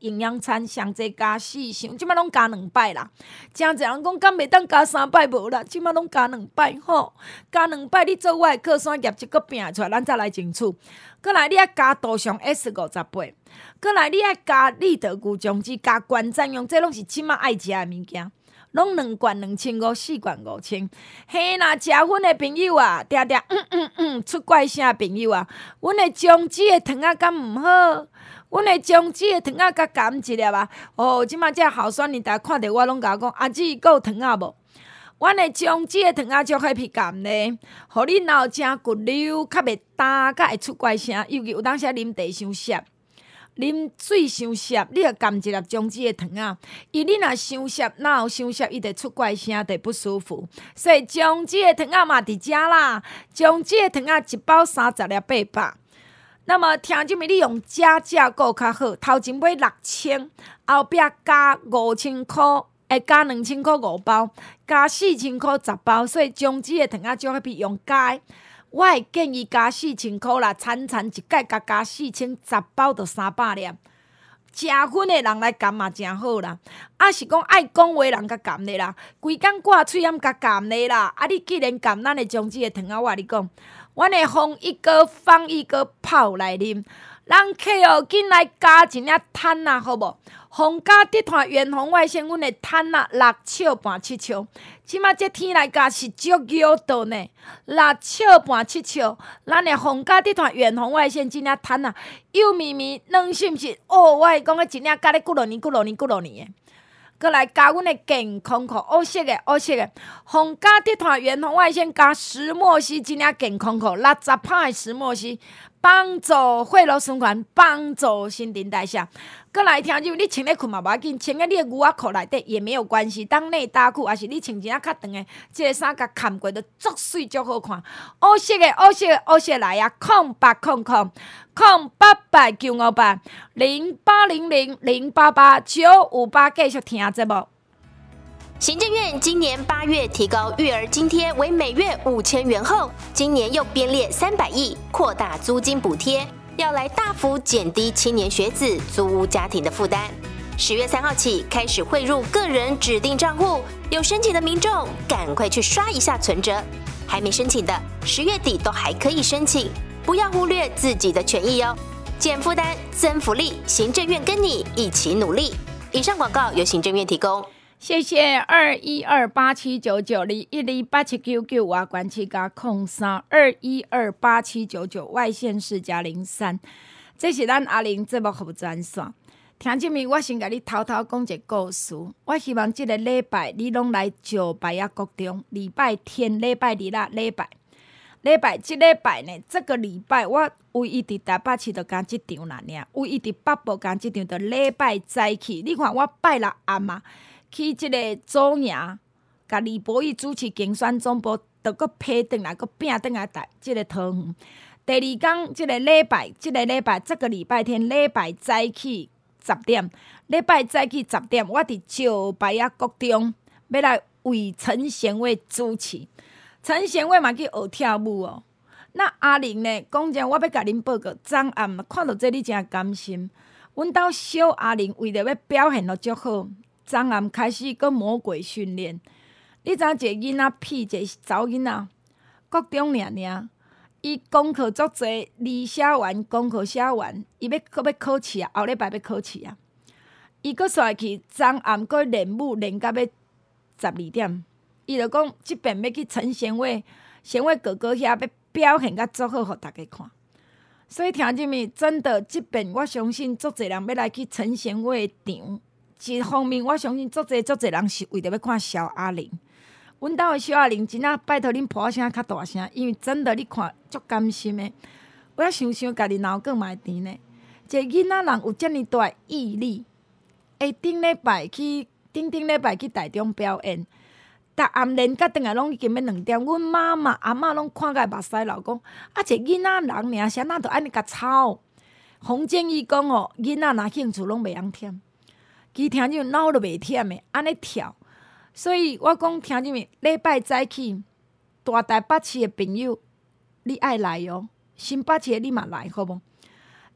营养餐上济加四箱，即摆拢加两摆啦。真侪人讲敢袂当加三摆无啦，即摆拢加两摆吼，加两摆你做我的靠山业绩佫拼出来，咱再来争取。过来你爱加杜尚 S 五十八，过来你爱加利德牛种子，加关赞用，这拢是即摆爱食的物件。拢两罐两千五，四罐五千。嘿啦，食薰的朋友啊，定定嗯嗯嗯出怪声的朋友啊，阮的种子的糖仔敢毋好？阮的种子的糖仔甲甘一粒啊！哦，即摆这好酸，你大家看到我拢甲我讲，阿姊还有糖仔无？阮的种子的糖仔足迄皮甘呢，互你脑正骨溜，较袂焦，甲会出怪声。尤其有当时啉茶伤涩。啉水伤涩，你着含一粒种子的糖仔，伊你若伤涩，哪有伤涩，伊就出怪声，就不舒服。所以种子的糖仔嘛伫遮啦，种子的糖仔一包三十粒八百。那么听即物你用加价购较好，头前买六千，后壁加五千箍，会加两千箍五包，加四千箍十包，所以种子的糖仔就迄比用加。我会建议加四千箍啦，餐餐一届加加四千，十包就三百粒。食薰的人来含嘛真好啦，啊是讲爱讲话人甲含的啦，规工挂喙暗甲含的啦。啊你既然含咱的种子的糖仔，我甲你讲，阮的蜂一哥、放一哥泡来啉，人客哦紧来加一领摊啊，好无？红加得团远红外线，阮的摊啊六笑半七笑，即马这天来加是足够到呢，六笑半七笑，咱的红加得团远红外线，即领摊啊幼绵绵软是毋是？哦，我会讲个一领加咧几落年、几落年、几落年的。过来加阮的健康裤，黑色的、黑色的，红加得团远红外线加石墨烯，即领健康裤，六十趴的石墨烯。帮助血液循环，帮助新陈代谢。过来听就你穿咧困嘛无要紧，穿咧你的牛仔裤内底也没有关系。当内搭裤，还是你穿一下较长的，即个衫甲冚过，就足水足好看。黑色的，黑色的，黑色来啊！空八空空空八八九五八零八零零零八八九五八，继续听节目。 行政院今年八月提高育儿津贴为每月五千元后，今年又编列三百亿扩大租金补贴，要来大幅减低青年学子租屋家庭的负担。十月三号起开始汇入个人指定账户，有申请的民众赶快去刷一下存折，还没申请的十月底都还可以申请，不要忽略自己的权益哦。减负担增福利，行政院跟你一起努力。以上广告由行政院提供。 谢谢二一二八七九九二一二八七九九外关七加空三二一二八七九九外县市加零三，这是咱阿玲节目服务专线。听这面，我先甲你偷偷讲一个故事。我希望这个礼拜你拢来石牌啊国中，礼拜天、礼拜日啦、礼拜、礼拜这礼拜呢，这个礼拜我唯一伫台北市就干这场啦，尔唯一伫北部干这场，就礼拜早起。你看我拜六暗啊。去即个祖营，甲李博义主持竞选总部，就搁批转来，搁拼转来台即个桃园。第二天，即个礼拜，即个礼拜，这个礼拜天，礼拜早起十点，礼拜早起十点，我伫石牌啊国中要来为陈贤伟主持。陈贤伟嘛去学跳舞哦。那阿玲呢？讲真，我要甲恁报告，昨暗看到这你真甘心。阮兜小阿玲为着要表现得足好。昨暗开始搁魔鬼训练，你知影一个囡仔屁一个查某囡仔，国中尔尔，伊功课足侪，字写完，功课写完，伊要搁要考试啊，后礼拜要考试啊。伊搁煞去昨暗搁练舞练到要十二点，伊就讲即遍要去陈贤伟、贤伟哥哥遐要表现甲足好，互大家看。所以听即物真的，即遍我相信足侪人要来去陈贤伟的场。一方面，我相信足侪足侪人是为着要看小阿玲。阮兜的小阿玲，真正拜托恁婆声较大声，因为真的你看足甘心的。我要想想，家己脑壳嘛会甜呢。一个囡仔人有遮尔大的毅力，会顶礼拜去，顶顶礼拜去台中表演，逐暗练甲转来拢已经要两点。阮妈妈阿嬷拢看甲目屎流，讲啊，一个囡仔人尔，谁哪着安尼甲吵？洪建义讲哦，囡仔若兴趣拢袂晓忝。其听就脑都袂忝的，安尼跳，所以我讲听就物礼拜早起，大台北市的朋友，你爱来哦，新北市的你嘛来好无？伫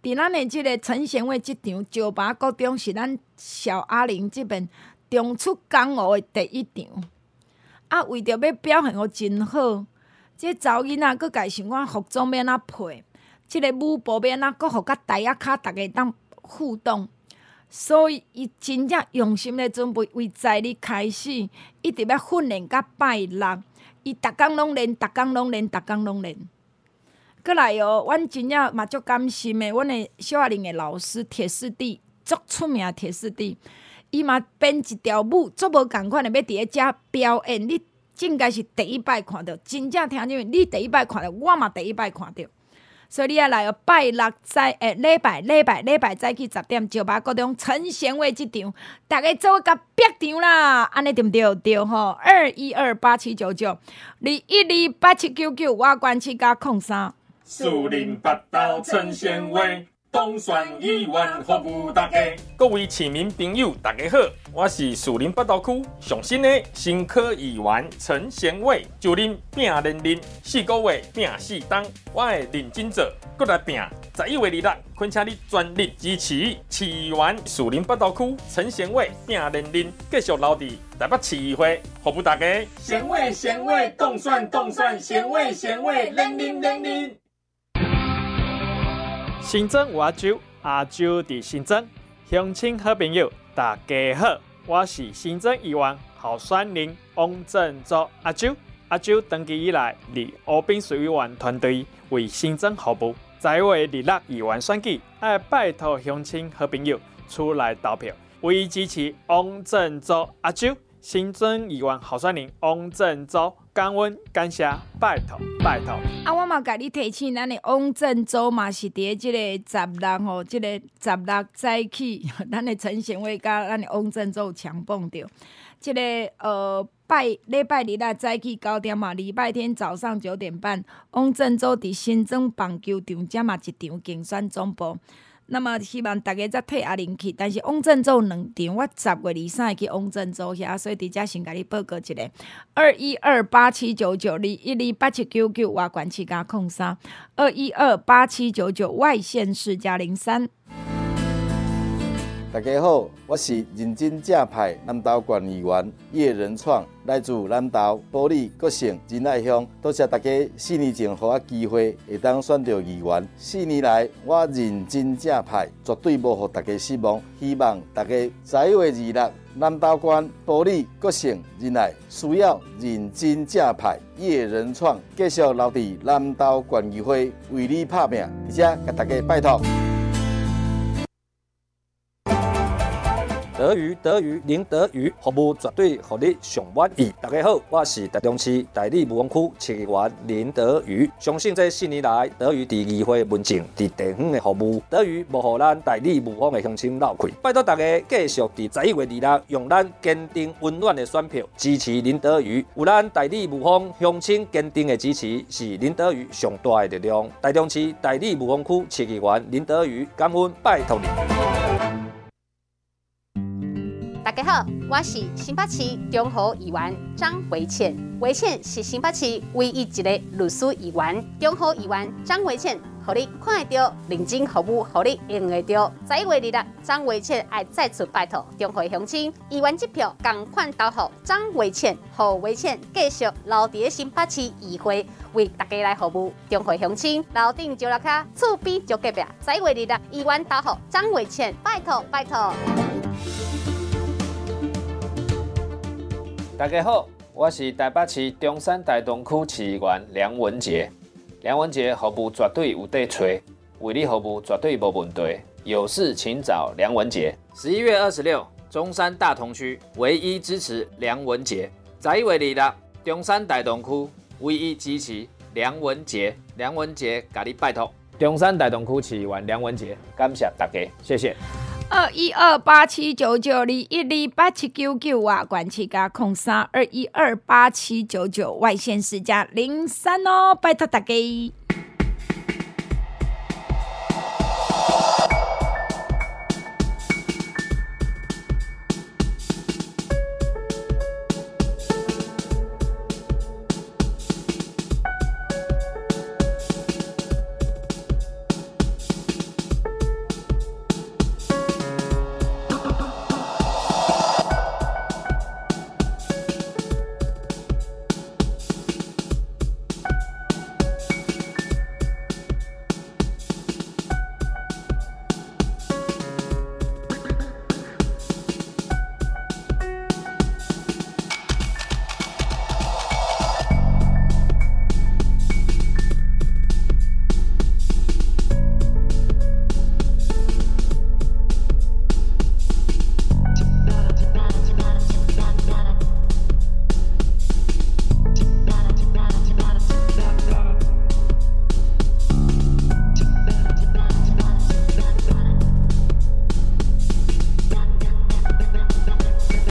伫咱的即个陈贤伟即场石爬国中是咱小阿玲即边中出江湖的第一场。啊，为着要表现互真好，即查某囡仔佫家想讲服装要安怎配，即个舞步要安怎佫互甲台仔骹逐个当互动。所以，伊真正用心咧准备，为在日开始，一直要训练到拜六。伊逐工拢练，逐工拢练，逐工拢练。过来哦，阮真正嘛足甘心的，阮的小阿玲的老师铁师弟，足出名的铁师弟。伊嘛编一条舞，足无共款的，要伫咧遮表演。你应该是第一摆看到，真正听见你第一摆看到，我嘛第一摆看到。所以你要来哦，拜六早诶，礼拜礼拜礼拜早起十点，石爬国中陈贤伟即场，大家做甲逼场啦，安尼对毋对？对吼，二一二八七九九，二一二八七九九，我关七加空三。 树林八道陈贤伟。东选议员服务大家， 各位市民朋友，大家好，我是树林北道区上新的新科议员陈贤伟，就任拼连任四个月拼四档，我会认真做，搁来拼。十一月二日，恳请你全力支持市议员树林北道区陈贤伟拼连任，继续留伫台北市议会服务大家。 贤伟贤伟，动选动选，贤伟贤伟，连任连任。 新庄有阿周，阿周伫新庄，乡亲好朋友，大家好，我是新庄议员候选人王振祖阿周。阿周登记以来，伫乌滨水委员团队为新庄服务。十一月二日议员选举，爱拜托乡亲好朋友出来投票，为支持王振祖阿周。新庄议员候选人王振祖。感恩感谢，拜托拜托。 啊，我嘛甲你提醒，咱的王振祖嘛是伫即个十六吼，即、这个十六早起，咱的陈贤伟甲咱的王振祖强蹦着。即、这个呃拜礼拜日啊早起九点嘛，礼拜天早上九点半，王振祖伫新庄棒球场遮嘛一场竞选总部。那么希望大家再替阿玲去，但是王振祖两场，我十月二三会去王振祖遐，所以伫遮先甲你报告一下。二一二八七九九二一二八七九九外管七加空三，二一二八七九九外县市加零三。 大家好，我是认真正派南投县议员叶仁创，来自南投埔里国姓仁爱乡。多谢大家四年前给我机会，会当选到议员。四年来，我认真正派，绝对无让大家失望。希望大家十一月二日，南投县埔里国姓仁爱需要认真正派叶仁创继续留伫南投县议会为你拍拼，而且甲大家拜托。 德语德语零德语服务绝对让你上满意。大家好，我是台中市大理武峰区市议员林德宇。相信这四年来，德语伫议会文政、伫地方的服务，德语无互咱大理武峰的乡亲漏气。拜托大家继续伫十一月二日，用咱坚定温暖的选票支持林德宇。有咱大理武峰乡亲坚定的支持，是林德宇上大的力量。台中市大理武峰区市议员林德宇，感恩拜托你。 大家好，我是新北市中和议员张维倩。维倩是新北市唯一一个律师议员。中和议员张维倩，互你看得到认真服务，互你用得到。十一月二日，张维倩爱再次拜托中和乡亲，议员一票共款投予张维倩，互维倩继续留伫新北市议会，为大家来服务。中和乡亲楼顶就落卡，厝边就隔壁。十一月二日，议员投予张维倩，拜托拜托。 大家好，我是台北市中山大东区市议员梁文杰。梁文杰服务绝对有得找，为你服务绝对无问题。有事请找梁文杰。十一月二十六，中山大同区唯一支持梁文杰。十一月二日，中山大东区唯一支持梁文杰。梁文杰，甲你拜托。中山大东区市议员梁文杰，感谢大家，谢谢。 二一二八七九九二一二八七九九啊，管七加空三二一二八七九九外线市加零三哦，拜托大家。